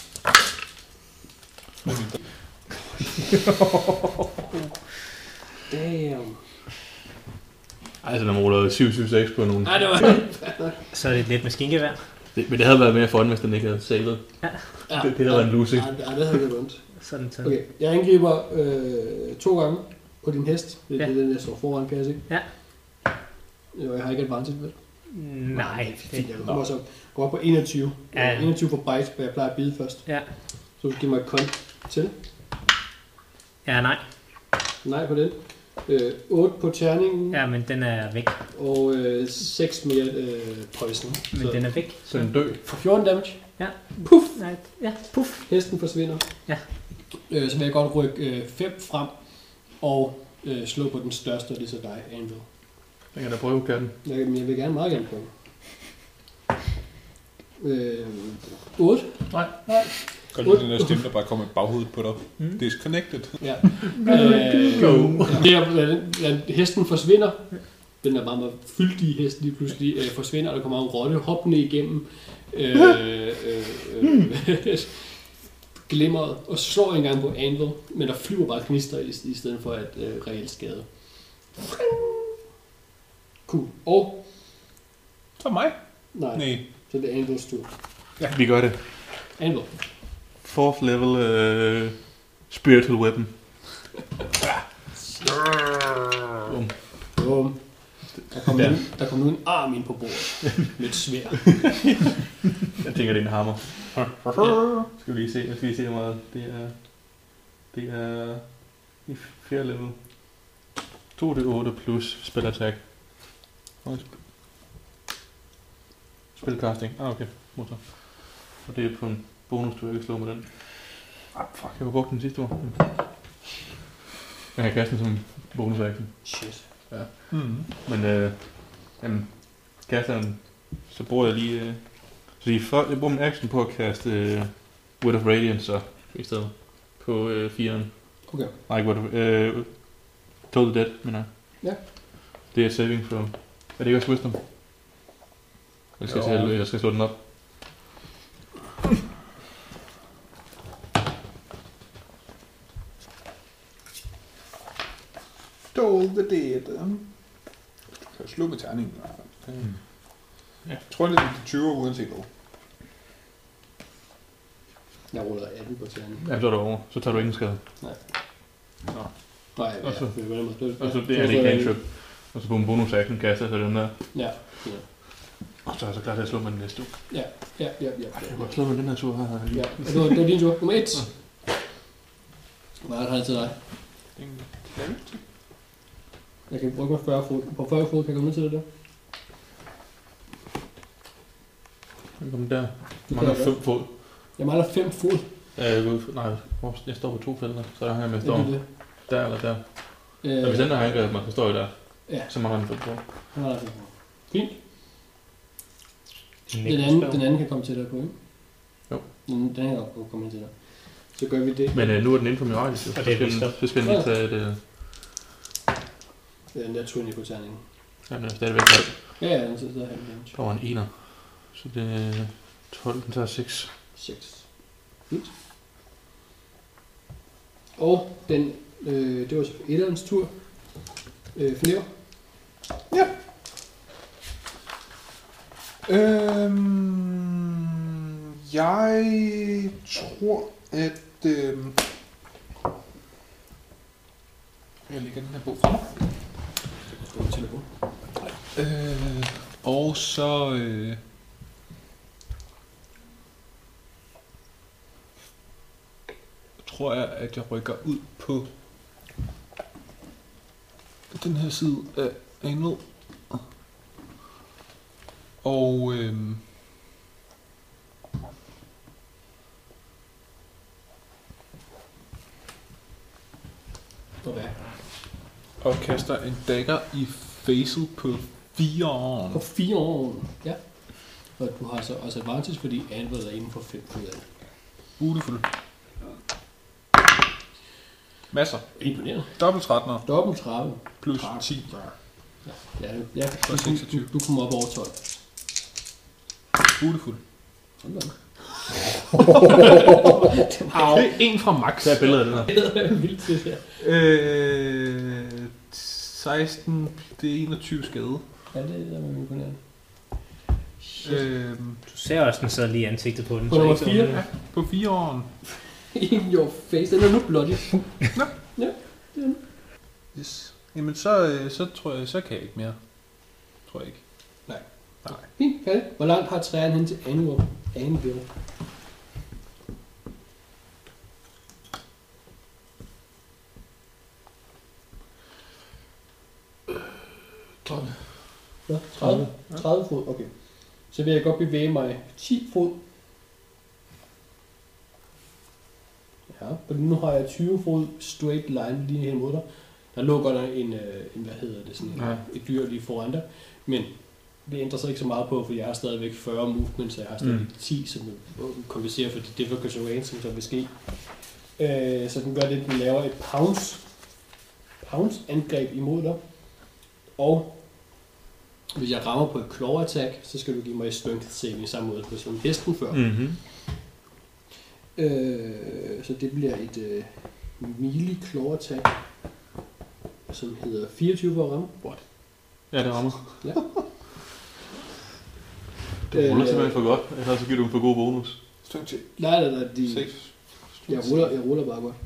Damn. Ej, så når man ruller 7-7-6 på nogen. Nej, det var... Så er det et let maskingevær. Men det havde været mere fun, hvis den ikke havde savet. Ja. Det havde været en losing. Ja, det havde været ondt. Sådan så. Okay, jeg angriber 2 gange på din hest. Det er den, der står foran, kan jeg se. Ja. Jeg har ikke advantage, vel? Nej. Jeg kommer så gå op på 21. Ja. 21 på bite, hvad jeg plejer at bide først. Ja. Så du giver mig et con til. Ja, nej. Nej på den. 8 på terningen. Ja, men den er væk. Og 6 mere poison. Men så den er væk. Så den dø. for 14 damage. Ja. Puff! Nej. Ja, puff. Hesten forsvinder. Ja. Så vil jeg godt rykke 5 frem og slå på den største, og det er så dig, Anvil. Den kan da prøve, katten. Jeg vil gerne meget gerne prøve. 8. Nej. Godt lide den der stemme, der bare kommer i baghovedet på dig. Mm. Disconnected. Ja. Go. Hesten forsvinder. Den er meget fyldige hest lige pludselig forsvinder, og der kommer en rotte hoppende igennem glimmeret og slår en gang på Anvil, men der flyver bare gnister i stedet for at reelt skade. Cool. Og Så mig? nej, så det er Anvils tur. Ja, vi gør det. Anvil. 4th level spiritual weapon. Bum. Der kom nu en arm ind på bordet med et sværd. Jeg tænker, det er en hammer. Skal vi lige se, hvor meget det er i 4. level. 2d8 plus spell attack. Spellcasting. Okay. Motor. Og det er på en bonus, du ikke slå med den. Fuck, jeg har brugt den sidste år. Jeg kan kaste den som bonus action. Shit. Ja. Men jamen, kaster den, så bruger jeg lige... så jeg bruger min action på at kaste Word of Radiance så i stedet på 4'eren. Okay. Nej, ikke Word of... Total Dead, mener jeg. Ja. Det er saving throw. Er det ikke også Wisdom? Jeg skal slå den op. Total Dead. Kan jeg slå med terningen? Ja. Jeg tror, det er 20 uanset hvad. Jeg ruller 18 på terningen. Ja, så er det over. Så tager du ingen skade. Nej. Nå. Nej, Og så- og så det er det cantrip. Og så på en bonus action kaster jeg så den der. Ja. Og så er jeg så klar til at slå med den næste. Ja. Jeg kan slå med den her tur her. Ja. Og det var din tur. Nummer 1. Hvad har det til dig? Jeg kan bruge mig 40 fod. På 40 fod kan jeg komme ned til det der. Jeg kommer der. Det Jeg mangler kan jeg 5 fod. Jeg mangler 5 fod. Jeg står på 2 felter, så der har jeg med Det står er det. der eller der. Og hvis den der har angrebet mig, så står jeg der. Ja. Så mangler den 5 fod. Han har 5 fod. Fint. Den anden kan komme til dig på, ikke? Jo. Den kan godt komme ind til dig. Så gør vi det. Men nu er den inden for min radius, så Og det er så skal den lige tage et... Det er den der 20 på terningen. Ja, den er stadigvæk halv. Ja, den sidder halv damage. Der var en ener. Så det er 12, den tager 6. 6. Fint. Og den, det var så etterens tur. Flever. Ja. Jeg tror, at... Jeg lægger den her bog frem. Og så... tror jeg, at jeg rykker ud på den her side af Anvil. Og og kaster en dagger i facet på 4 år. På 4 år. Ja. Og du har så også advantage, fordi Anvil er inden for 5 fod af det. Beautiful. Masser. Imponerende. Dobbelt 13'er. Dobbelt 30. Plus 10. Ja, Og 26. du kommer op over 12. Beautiful. Sådan der. Det er en fra max. Så er billedet af den her. Det er vildt til det 16, det er 21 skade. Ja, det er imponerende. Du ser også, den sidder lige i ansigtet på den. På nummer så 4. Ja, på 4 år. In your face. Den er nu bloody. Yes. Jamen så tror jeg, så kan jeg ikke mere. Tror jeg ikke. Fint, færdig. Hvor langt har træerne hen til Anvil? Ja, 30 fod, okay. Så vil jeg godt bevæge mig 10 fod. Ja, for nu har jeg 20 fod straight line lige hen mod dig. Der lukker der en hvad hedder det, sådan et dyr lige foran dig. Men det ændrer sig ikke så meget på, for jeg har stadigvæk 40 movement, så jeg har stadigvæk 10, som kompenserer for de difficult terrain, som så vil ske. Så den gør det, den laver et pounce angreb imod dig. Og hvis jeg rammer på et claw attack, så skal du give mig et strength saving samme måde som hesten før. Mm-hmm. Så det bliver et melee claw attack, som hedder 24 for at ramme. What? Ja, det rammer. Ja. Det ruller simpelthen for godt, ellers så giver du en for god bonus. Nej, jeg ruller bare godt.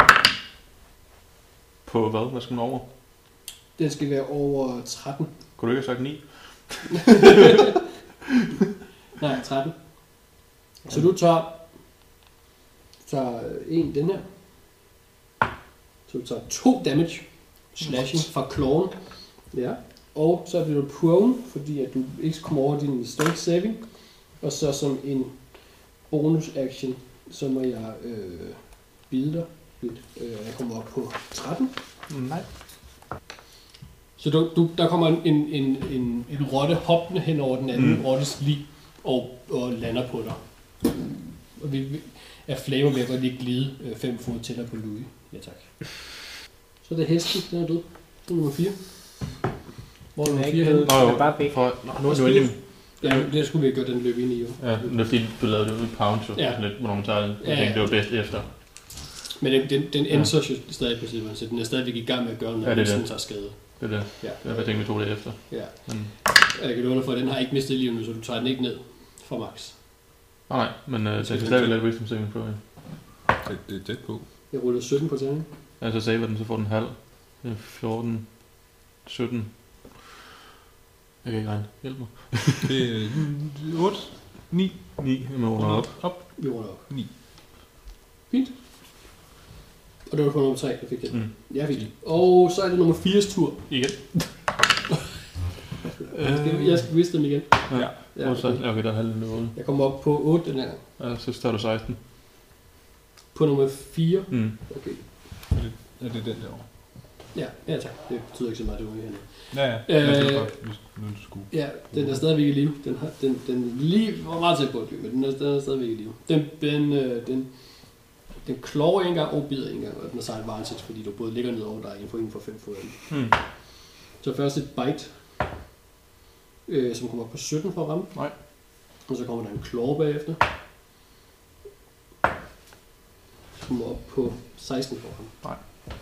På hvad? Hvad skal man over? Den skal være over 13. Kunne du ikke have sagt 9? Nej, 13. Så du tager en den her. Så du tager 2 damage slashing fra clawen. Ja. Og så bliver du prone, fordi at du ikke kommer over din strength saving. Og så som en bonus action, så må jeg bide dig lidt. Jeg kommer op på 13. Nej. Så der kommer en rotte hoppende hen over den anden rottes lig og lander på dig. Og af flavor vil jeg godt lige glide 5 fod tættere på Louis. Ja, tak. Så er det hesten, den er død. Det er nummer 4. Hvor er nummer 4 henne? Den er bare væk. Nu er det jo Ja, det skulle vi have gjort, den løb ind i jo. Ja, det er fordi, du lavede det ud i pound, så lidt, hvornår man tager det. Jeg tænkte, det var bedst efter. Men den ender jo stadig på siden, så den er stadigvæk i gang med at gøre noget, når den tager skade. Det er det. Ja. Det er, jeg tænkte, vi tog det efter. Ja. Jeg kan love for, at den har ikke mistet livet nu, så du tager den ikke ned fra max. Nej, men den skal stadigvæk lade wisdom saving throw. Det er tæt på. Jeg rullede 17 på terning. Ja, så saver den, så får den halv. Det er 14, 17. Jeg kan ikke regne. Hjælp mig. Det er 8, 9. 9. Vi runder op. Vi runder op. 9. Fint. Og det var på nummer 3, der fik det. Ja, fint. Og så er det nummer 4's tur. Igen. Jeg skal vise dem igen. Ja. Okay, der er halv niveau. Jeg kommer op på 8 den her gang. Ja, så står du 16. På nummer 4? Okay. Er det den derovre? Ja, tak. Det betyder ikke så meget, det var henne. Ja. Den er stadigvæk i live. Den lige var meget tæt på at dø, men den er stadigvæk i live. Den kloger en gang og bider en gang, og den er sejt varensigt, fordi du både ligger ned over dig inden for 5 fod af den. Så først et bite, som kommer op på 17 for at ramme. Nej. Og så kommer der en claw bagefter. Så kommer op på 16 for at ramme. Nej.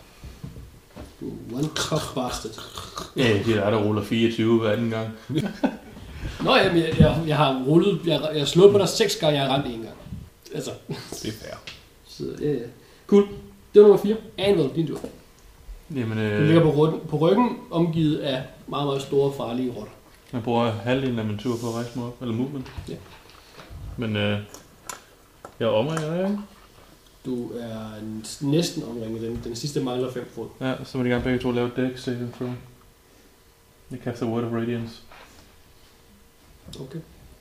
One tough bastard. Ja, det er der ruller 24 hver anden gang. Nå ja, men jeg har rullet, jeg har slået på dig 6 gange, jeg har ramt 1 gang. Altså. Det er fair. Så ja. Cool. Det var nummer 4. Anvil, din tur. Jamen, du ligger på ryggen, omgivet af meget, meget store, farlige rotter. Jeg bruger halvdelen af min tur på at rejse mig op, eller movement. Ja. Men jeg omringer, ikke? Du er næsten omringet. Den sidste mangler 5 fod. Ja, så må de gerne begge to lave dex saving throw. Jeg kaster Word of Radiance. Okay.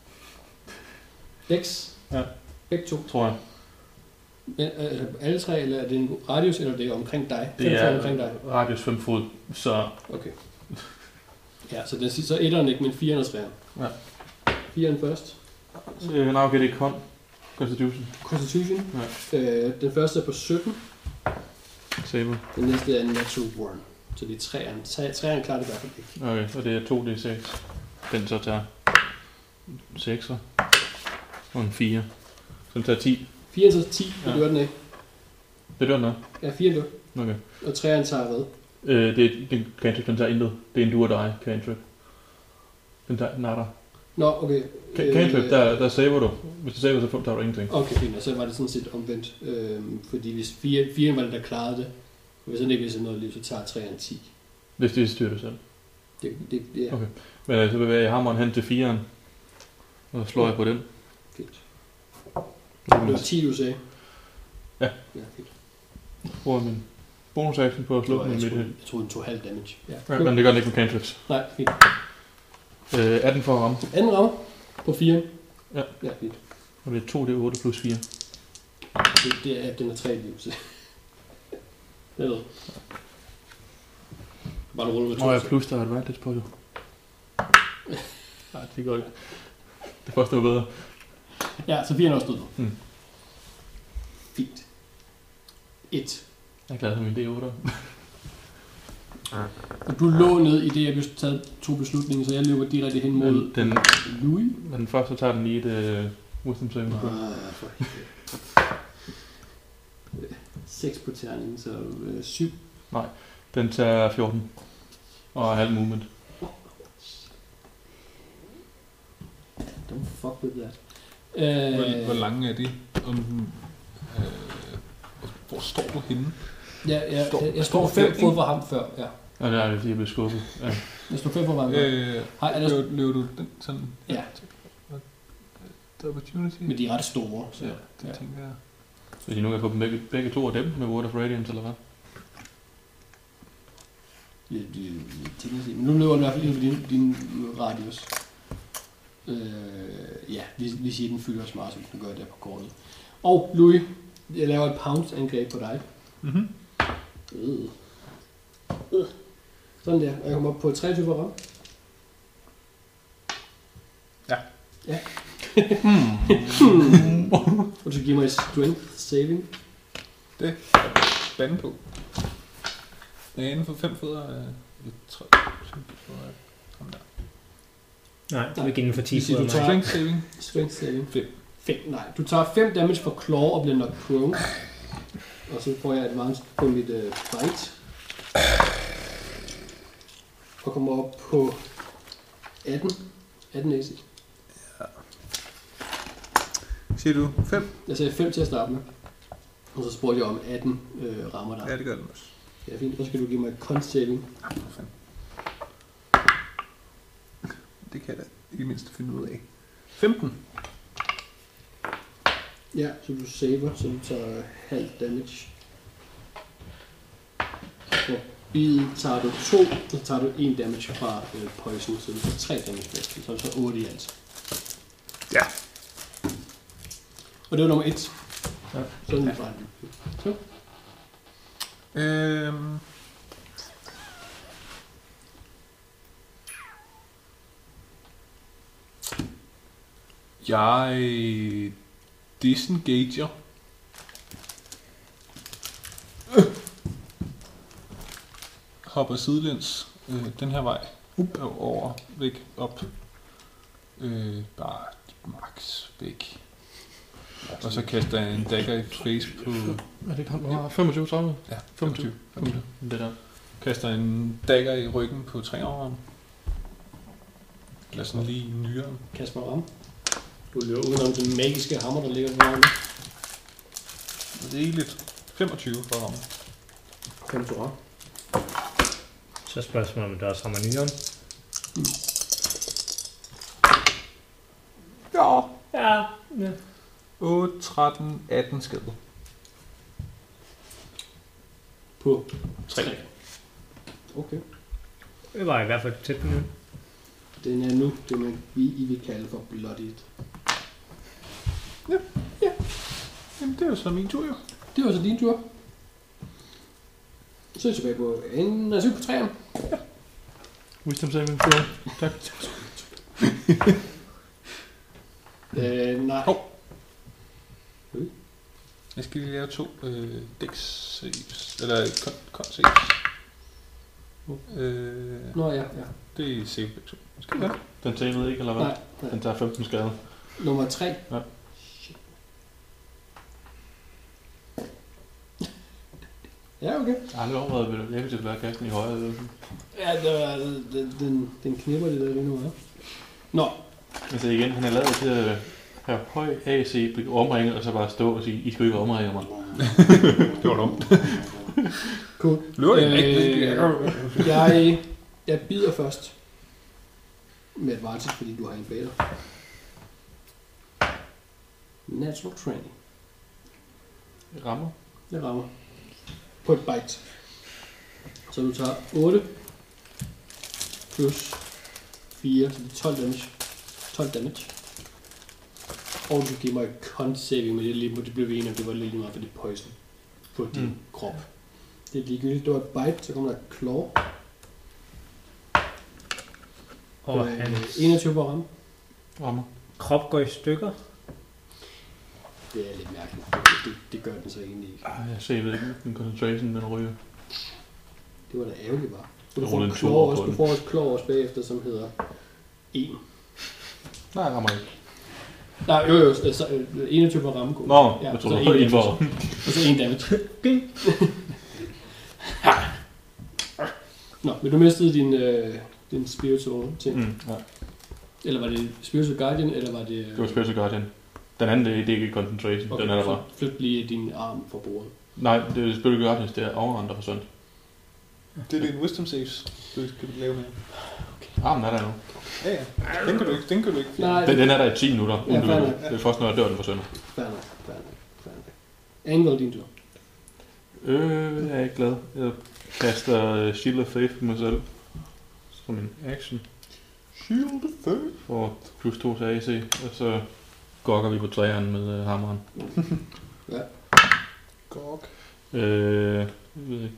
Dex? Ja. Begge to? Tror jeg. Men, alle 3, eller er det en radius, eller er det omkring dig? Det er omkring dig. Radius 5 fod, så... Okay. Ja, så den sidste, så 1'eren ikke, men 4'eren og 3'eren. Ja. 4'eren først. Nej, okay, det er Constitution. Constitution? Ja. Den første er på 17. Saber. Den næste er natural 1. Så det er 3'eren. 3'eren klarer det i hvert fald ikke. Okay, og det er 2d6. Den så tager 6'er. Og en 4. Så den tager 10. 4'eren så 10, det dør den ikke. Det dør den også? Ja, 4'eren dør. Okay. Og 3'eren tager hvad? Det cantrip, den tager intet. Det er en do or die cantrip. Den tager natter. Nå, okay. Cantrip, der saver du. Hvis du saver, så tager du ingenting. Okay, fint. Og så var det sådan set omvendt. Fordi hvis 4'eren var det, der klarede det, og hvis han ikke viser noget liv, så tager 3'eren 10. Hvis det styrer du selv? Det ja. Okay. Men så bevæger jeg hammeren hen til 4'eren. Og slår jeg på den. Fint. Det var 10, du sagde? Ja. Ja, fint. Bruger min bonus action på at slå den midt. Jeg troede, den tog halv damage. Ja, men det gør den ikke med cantrips. Nej, fint. 18 for at ramme. 18 rammer på 4. Ja. Ja, fint. Og det er 2d8 plus 4. Det er, den er 3 liv, så... Det er noget. Bare du ruller med 2. Nå ja, plus der er advantage på jo. Nej, det går ikke. Det første var bedre. Ja, så 4 er også død. Fint. 1. Jeg er glad for min D8'er. Og du lå ned i det, jeg blev to beslutninger, så jeg løber direkte hen mod Louis. Den første tager den lige et wisdom saving. 6 på terningen, så 7. Nej, den tager 14. Og halv movement. Don't fuck with that. Hvor lange er de? Hvor står du henne? Ja, jeg står 5 fod fra ham før. Ja. Ja, det er fordi jeg blev skuffet. Ja. Jeg står 5 fod fra ham før. Løber du den sådan? Ja. Opportunity? Men de er ret store. Så, ja, det tænker jeg. Hvis I nu kan få begge to af dem med Word of Radiance, eller hvad? Men nu løber den i hvert fald inden for din radius. Ja, vi siger, den fylder os meget, som den gør der på kortet. Og Louis, jeg laver et pounce-angreb på dig. Mhm. Sådan der, og jeg kommer op på 23 for ramme. Ja. Ja. Og så giver mig strength saving. Det spande på. Jeg er inden for 5 fødder af... Nej, du er ikke inden for 10 fod. Du tager Strength saving. 5. Nej, du tager 5 damage for claw og bliver nok prone. Og så får jeg advanced på mit fight. Og kommer op på 18. 18 AC. Ja. Siger du 5? Jeg sagde 5 til at starte med. Og så spurgte jeg om 18 rammer dig. Ja, det gør den også. Ja, fint. Og så skal du give mig con saving. Det kan jeg da i det mindste finde ud af. 15. Ja, så du saver, så du tager halv damage. Og bid tager du 2, og så tager du 1 damage fra poison, så du får 3 damage væk. Så er det så 8 i alt. Ja. Og det var nummer 1. Ja. Sådan er det. Så. Jeg disengager. Hopper sidelæns den her vej. Over, væk, op. Bare max væk. Og så kaster jeg en dagger i face på... Er det kamp? 25-30? Ja, 25. Det der. Kaster en dagger i ryggen på 3 år. Lad sådan lige nyere. Kasper ramme. Du løber udenom den magiske hammer, der ligger foran dig. Rigeligt. 25 for at ramme. 5 ramme. Så spørgsmålet, om der også rammer nyeren. Ja. Ja. 8, 13, 18 skade. På 3. Okay. Det var i hvert fald tæt på nu. Den er nu det, I vil kalde for bloodied. Ja. Jamen, det er jo så min tur, jo. Det var så din tur. Så er jeg tilbage på en 7 på 3'eren. Ja. Wisdom saving throw. Tak. Nej. Jeg skal lige lave 2 dex saves. Eller con saves. Nå ja. Det er save begge 2. Skal Ja. Den savede ikke, eller hvad? Nej. Den tager 15 skade. Nummer 3. Ja. Shit. Ja, okay. Jeg har aldrig overvejet, at jeg vil være kasten i højre. Ja, den knipper det der lige nu, ja. Nå. Altså igen, han er lavet til at have høj AC, blive omringet, og så bare stå og sige, I skal ikke omringe mig. Det var dumt. Cool. Jeg bider først. Med advantage, fordi du har en bag dig. Natural training. Det rammer. Det rammer. På et bite. Så du tager 8 plus 4, så det er 12 damage. 12 damage. Og du giver mig et con saving, men det blev vi enige om, det var lidt meget for det poison på din krop. Det er ligegyldigt. Det var et bite, så kommer der et claw. Og hans 21 på ramme. Rammer. krop går i stykker. Det er lidt mærkeligt. Det gør den så egentlig ikke. Jeg savede ikke en concentration, den ryger. Det var da ærgerligt, bare. Du Jeg får rullede en en claw tur også, på du den. får også claw også bagefter, som hedder 1. Nej, jeg rammer ikke. Nej, jo, så 21 på ramme. Nå, ja, jeg så tror, er det var en en for. Og så 1 damage. Nå, men du mistede din spiritual ting. Ja. Eller var det Spiritual Guardian, eller var det... Det var Special Guardian. Den anden, det er ikke concentration. Okay, Den er der så bare. flyt lige din arm fra bordet. Nej, det er Special Guardian, det er overrendt og forsønt. Det er din wisdom saves, du skal lave med. Armen er der nu. Ja, ja. Den kan du ikke. Nej, Den er der i 10 minutter. Ja, fair nok. Det er først, når døren forsønder. Fair nok. Angle din tur. Jeg er ikke glad. Jeg kaster Shield of Faith på mig selv. Som en action. Shield of Faith. For plus 2 til AC. Og så gokker vi på træerne med hammeren. Ja. Gok. Jeg ved ikke.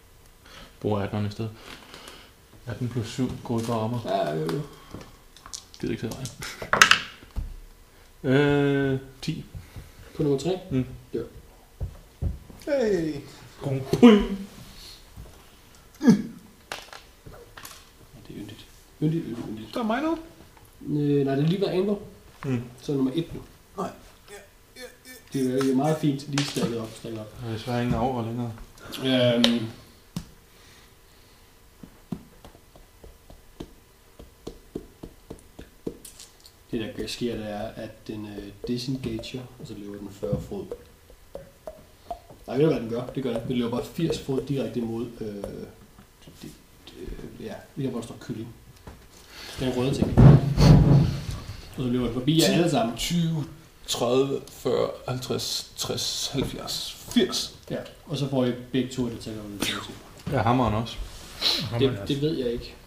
Bruger 18'eren i stedet. 18 plus 7 går i bare rammer. Ja, Gider ikke til vejen. 10. På nummer 3? Mm. Ja. Hey. Det er yndigt. Yndigt. Der er mig noget. Nej, det er lige været Amber. Så nummer 1 nu. Nej. Det er jo meget fint lige stakket op. Jeg har desværre ingen afre længere. Det der sker, det er, at den disengager, og så løber den 40 fod. Nej, ved du hvad den gør? Det gør den. Den løber bare 80 fod direkte imod, lige hvor der står kylling. Den røde ting. Og så løber den forbi jer alle sammen. 20, 30, 40, 50, 60, 70, 80. Ja, og så får I begge to det taler. Ja, hammeren også. Det ved jeg ikke.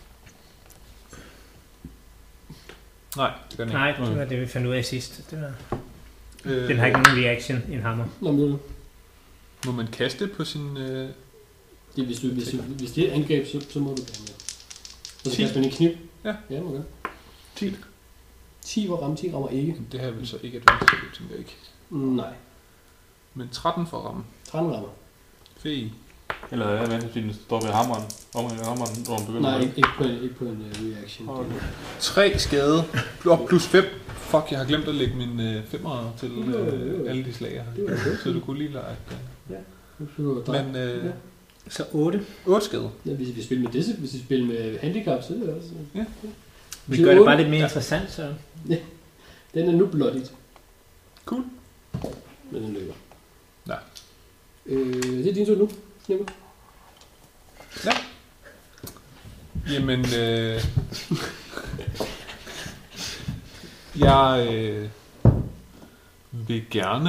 Nej, det gør den ikke. Nej, det var det, vi fandt ud af sidst. Det var... Den har ikke nogen reaction, en hammer. Nå, men det må man kaste på sin... Det, hvis det er et angreb, så må du gøre med. Så 10. kaster man en kniv. Ja. Ja, må gøre. 10. 10 var ramme, 10 rammer ikke. Det her vil så ikke advanced, tænker jeg ikke. Nej. Men 13 for at ramme. 13 rammer. Fæ. Eller er det, fordi den står ved hammeren? Omkring hammeren, når den begynder. Nej, ikke på en reaction. Okay. 3 skade. Plus 5. Fuck, jeg har glemt at lægge min 5'er til alle de slag, jeg har. Så du kunne lige lege. Ja. Men Så 8. 8 skade. Ja, hvis vi spiller med disse, hvis vi spiller med handicap, så er det også... Ja. Vi gør det bare lidt mere interessant, så... Ja. Den er nu bloodied. Cool. Men den løber. Ja. Det er din tur nu, Snipper. Ja. Jamen, jeg vil gerne,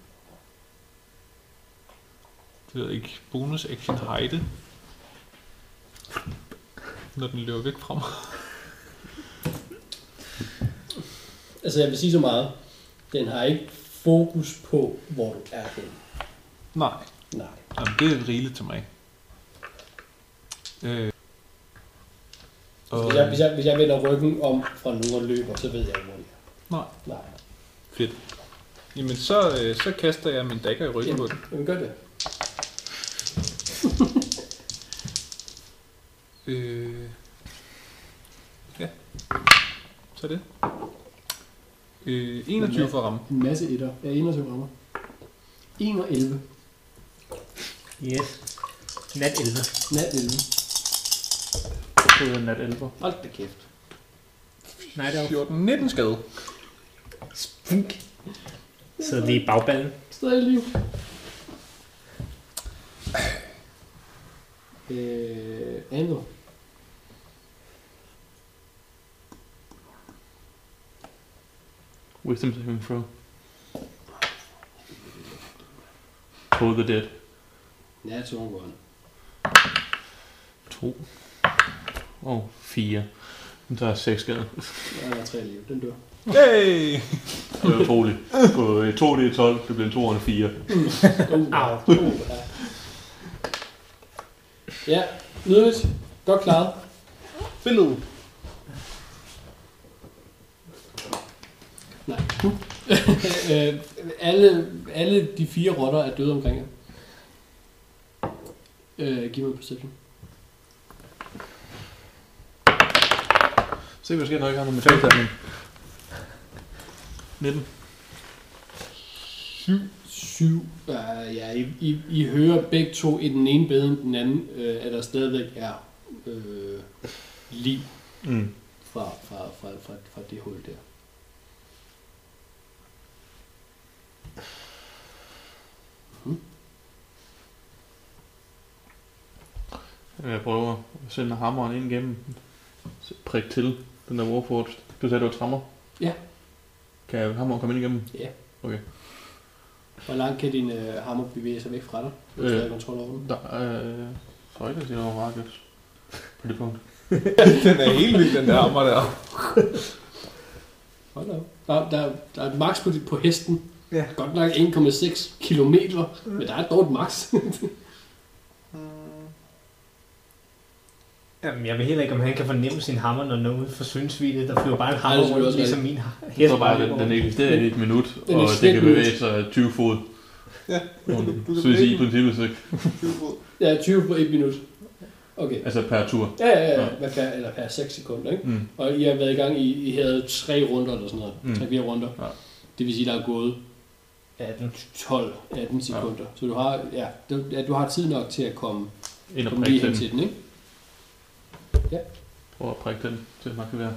det ved jeg ikke, bonus action hide, når den løber væk fra mig. Altså, jeg vil sige så meget. Den har ikke fokus på, hvor du er henne. Nej. Jamen, det er rigeligt til mig. Hvis jeg vender ryggen om fra nogen og løber, så ved jeg ikke, hvor det er. Nej. Fedt. Jamen, så kaster jeg min dagger i ryggen på den. Jamen, gør det. Ja. Så er det. 21 for at ramme. En masse etter. Ja, 21 rammer. 1 og 11. Yes. Nat 11. Nat 11. Det er nat 11. Hold da kæft. Nej, det er 14, 19 skade. Spunk. Så lige i bagballen. Stadig liv. Andrew. Wisdom saving throw. Hold the dead. Natural one. 2. Og 4. Den tager 6 skade. Der er 3 liv. Den dør. Hey! Det er utroligt. På 2 det er 12, det bliver en 2 og en 4. Ja, nydeligt. Godt klaret. Billede. Nej. alle de 4 rotter er døde omkring jer. Giv mig en perception. Se, hvad sker, når jeg ikke har noget metalterning. 19. 7. Ja, I hører begge to i den ene bedre end den anden, at der stadigvæk er liv fra det hul der. Jeg prøver at sende hammeren ind igennem. Prik til den der Warforged. Du sagde, det var trammer? Ja. Kan hammeren komme ind igennem? Ja. Okay. Hvor langt kan din hammer bevæge sig væk fra dig? Du har stadig kontrol over den. Der er højde til over radius. På det punkt. Den er helt vild, den der hammer der. Hold da. Der er et max på hesten. Ja. Godt nok 1,6 kilometer, men der er dog et max. Jamen, jeg ved heller ikke, om han kan fornemme sin hammer, når noget for synsviddet. Der flyver bare en Nej, hammer det er rundt, også ligesom min Jeg tror bare, den eksisterer i et minut, Den og eksisterer det i kan et bevæge sig 20 fod. Ja, Så vil sige i princippet, så Ja, 20 på 1 minut. Okay. altså per tur. Ja. Eller per 6 sekunder, ikke? Mm. Og I har været i gang, I havde 3 runder eller sådan noget. 3-4 runder. Ja. Det vil sige, der er gået 12-18 sekunder. Så du har tid nok til at komme Ind og lige prikke hen den. til den, ikke? Prøv at prikke den til man kan være.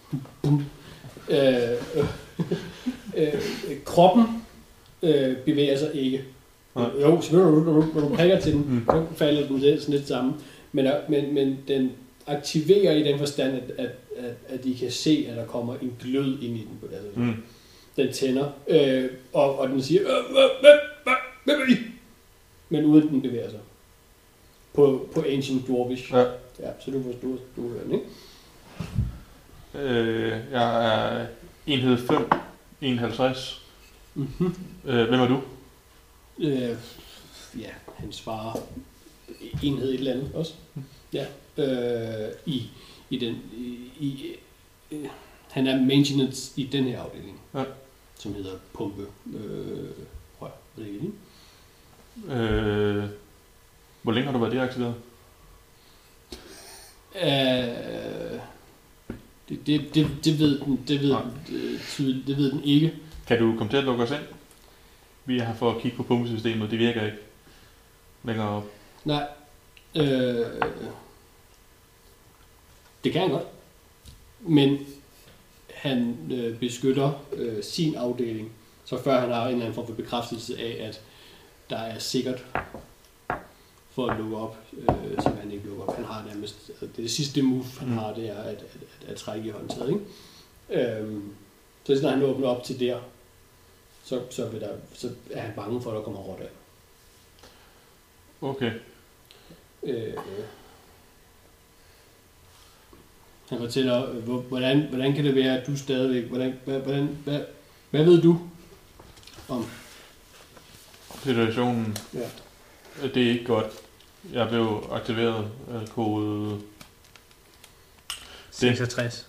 Kroppen bevæger sig ikke. Nej. Jo, selvfølgelig, når du prikker til den, så falder den sådan lidt sammen. Men den aktiverer i den forstand, at de kan se, at der kommer en glød ind i den. Altså, den tænder, og den siger, hvad vil I? Men uden den bevæger sig. På Ancient Dwarvish. Ja. Ja, så du hører den, ikke? Jeg er enhed 5, 51. Mm-hmm. Hvem er du? Ja, han svarer enhed et eller andet også. Ja, han er maintenance i den her afdeling, ja. Som hedder pumpe. Rør, ved jeg ikke. Hvor længe har du været deaktiveret? Det ved den ikke. Kan du komme til at lukke os ind? Vi er her for at kigge på pumpesystemet, det virker ikke længere op. Nej. Det kan han godt. Men han beskytter sin afdeling, så før han har en eller anden form for bekræftelse af, at der er sikkert for at lukke op, så han ikke lukker op. Han har nærmest, det sidste move, han har, det er at trække i håndtaget, ikke? Så når han åbner op til der, så er han bange for, at der kommer råt af. Okay. Han fortæller, hvordan kan det være, at du stadigvæk, hvad ved du om Situationen, ja. Det er ikke godt. Jeg blev aktiveret af kode 66.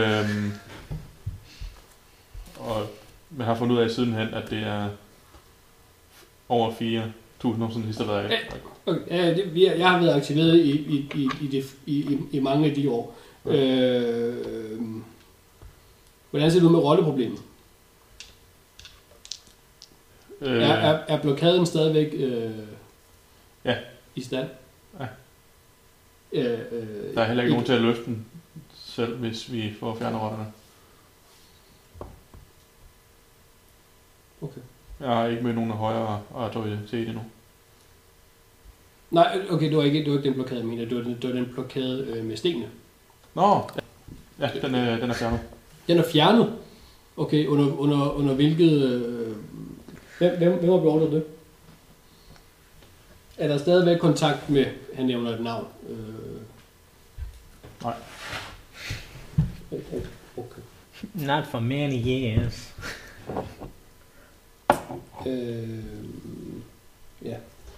Og man har fundet ud af sidenhen, at det er over 4.000 år siden sidst, der har været af. Okay, jeg har været aktiveret i mange af de år. Hvordan ser du med rolleproblemet? Er blokaden stadigvæk ja. I stand? Ja. Der er heller ikke nogen til at løfte den selv, hvis vi får fjernet rotterne. Okay. Jeg har ikke mødt nogen af højere autoritet endnu. Nej, okay, det var ikke den blokade, jeg mener. Det var den blokade med stenene. Nå, ja, den er fjernet. Den er fjernet? Okay, under hvilket... Hvem har beordret det? Er der stadigvæk kontakt med... Han nævner et navn. Nej. Okay. Not for many years. Ja.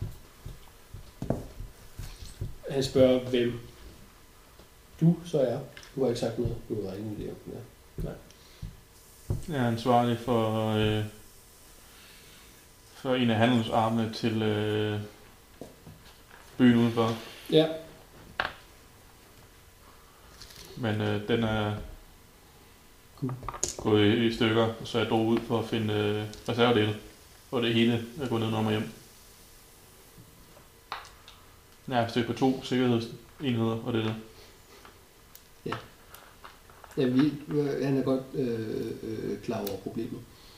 Han spørger, hvem du så er. Du har ikke sagt noget. Du har ingen idé om det. Nej. Jeg er ansvarlig for en af handelsarmene til byen udenfor. Ja. Men den er gået i stykker, så jeg drog ud for at finde reservedele. Og det hele er gået ned under mig hjem. Jeg er stykke på 2 sikkerhedsenheder, og det er det. Ja, han er godt klar over problemet.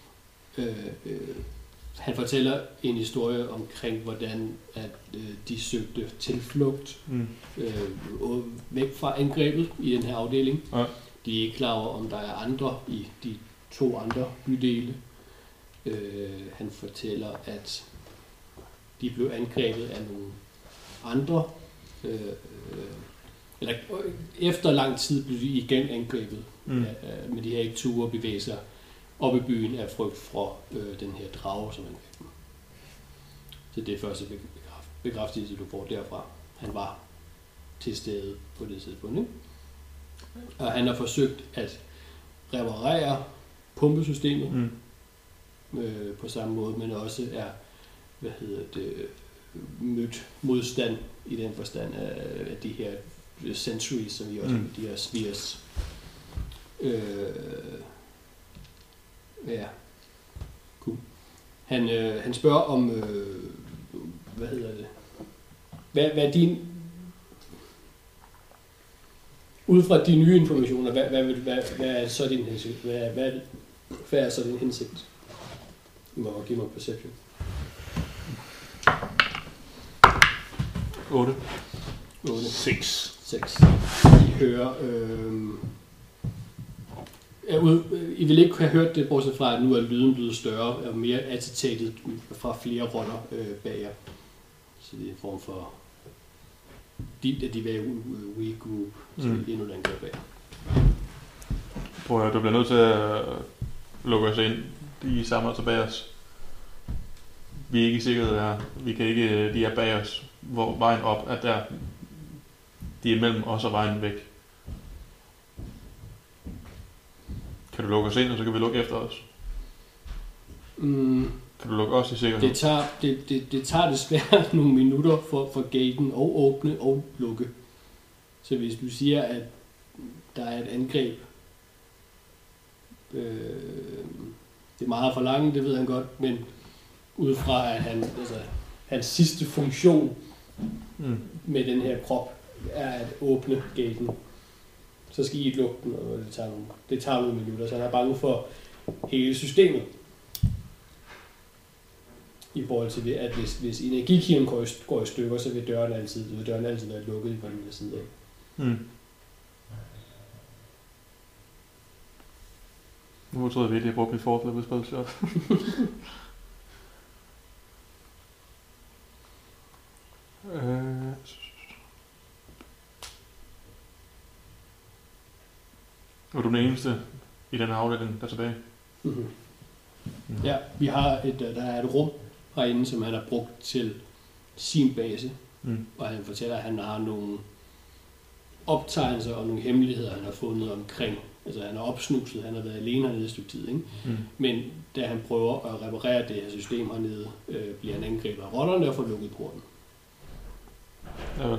Han fortæller en historie omkring, hvordan at de søgte tilflugt væk fra angrebet i den her afdeling. Ja. De er ikke klar over, om der er andre i de 2 andre bydele. Han fortæller, at de blev angrebet af nogle andre. Eller efter lang tid blev de igen angrebet med de her ikke ture bevæge sig op i byen af frygt for den her drage, som han fik dem. Så det er første bekræftelse, du får derfra. Han var til stede på det tidspunkt. Ikke? Og han har forsøgt at reparere pumpesystemet på samme måde, men også er mødt modstand i den forstand af de her centuries, som vi også de her spheres. Ja. Cool. Han spørger om hvad er din ud fra de nye informationer, hvad er så din hensigt? Hvad er så din hensigt? Du må give mig perception. 8. 6. I hører... I vil ikke have hørt det, bortset fra, at nu er lyden blevet større og mere agitated fra flere roller bag jer. Så det er en form for... De var weak group, så det er endnu længere bag. Prøv at høre, du bliver nødt til at lukke os ind. De samler sig bag os. Vi er ikke i sikkerhed her. Vi kan ikke, de er bag os, hvor vejen op er der. De er mellem os og vejen væk. Kan du lukke os ind, og så kan vi lukke efter os? Kan du lukke os i sikkerhed? Det tager desværre nogle minutter for gaten at åbne og lukke. Så hvis du siger, at der er et angreb, det er meget for langt, det ved han godt, men ud fra at hans sidste funktion med den her krop er at åbne gaten, så skal I ikke lukke den, og det tager nogle minutter, så han er bange for hele systemet. I forhold til det, at hvis energikilden går i stykker, så vil døren altid være lukket på den her side af. Nu tror jeg virkelig, at jeg brugte mit forfløbet spilshot. Er du den eneste i den afdeling, der er tilbage? Ja, vi har der er et rum herinde, som han har brugt til sin base, og han fortæller, at han har nogle optegnelser og nogle hemmeligheder, han har fundet omkring. Altså han har opsnuset, han har været alene hernede et stykke tid, ikke? Men da han prøver at reparere det her system hernede, bliver han angrebet af rotterne og får lukket porten. Ja.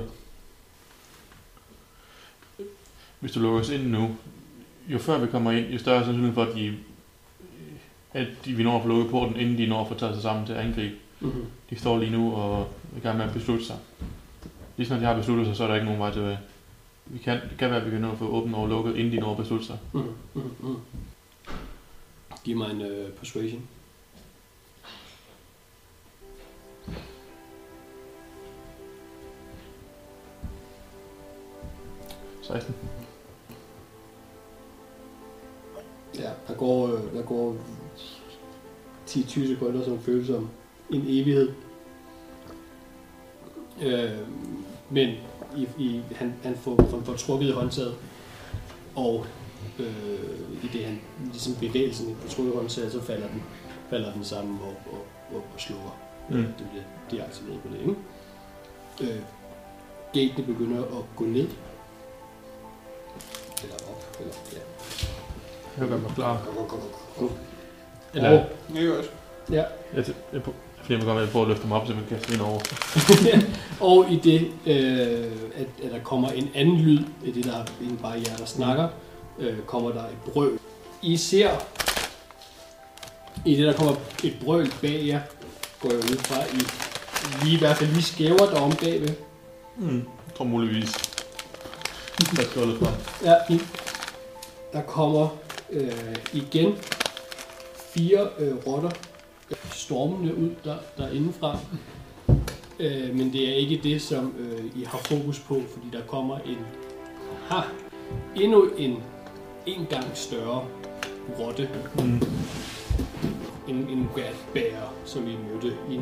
Hvis du lukker os ind nu, jo før vi kommer ind, jo større sandsynlighed for, at vi når at få lukket porten, inden de når at få taget sig sammen til at angribe. De står lige nu og er i gang med at beslutte sig. Lige snart de har besluttet sig, så er der ikke nogen vej tilbage. Det kan være, at vi kan nå at få åbent og lukket, inden de når at beslutte sig. Giv mig en persuasion. 16. Ja, der går 10-20 sekunder, som føles som en evighed. Men han får trukket i håndtaget, og i det han ligesom bevægelsen på trukket i håndtaget, så falder den sammen og slukker. Det bliver deaktiveret på det, ikke? Gatene begynder at gå ned. Eller op, eller ja. Jeg gør mig klar. Eller... Ja. Jeg prøver at løfte dem op, så man kan kaste ind over. Og i det, at der kommer en anden lyd, i det der er en barriere, der snakker, kommer der et brøl. I ser, i det der kommer et brøl bag jer, går jeg ud fra, I hvert fald lige skæver derom bagved. Jeg tror muligvis. Der er skålet fra. Ja, der kommer igen 4 rotter stormende ud derindefra. Men det er ikke det, som I har fokus på, fordi der kommer endnu en gang større rotte. En gatbærer, som vi mødte i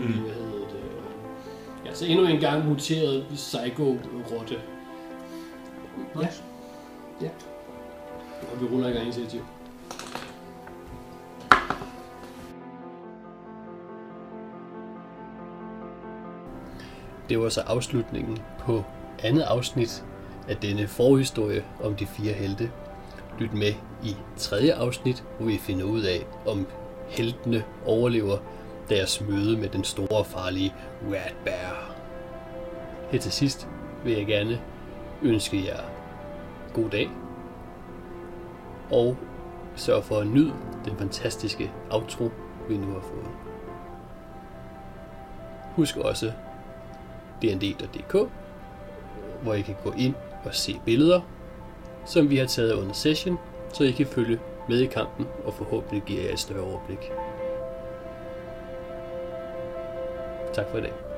så endnu en gang muteret psycho-rotte. Ja. Og vi ruller i gang initiativ. Det var så afslutningen på andet afsnit af denne forhistorie om de 4 helte. Lyt med i 3. afsnit, hvor vi finder ud af, om heltene overlever deres møde med den store farlige Rat Bear. Her til sidst vil jeg gerne ønske jer god dag, og sørg for at nyde den fantastiske outro, vi nu har fået. Husk også dnd.dk, hvor I kan gå ind og se billeder, som vi har taget under session, så I kan følge med i kampen og forhåbentlig give jer et større overblik. Tak for i dag.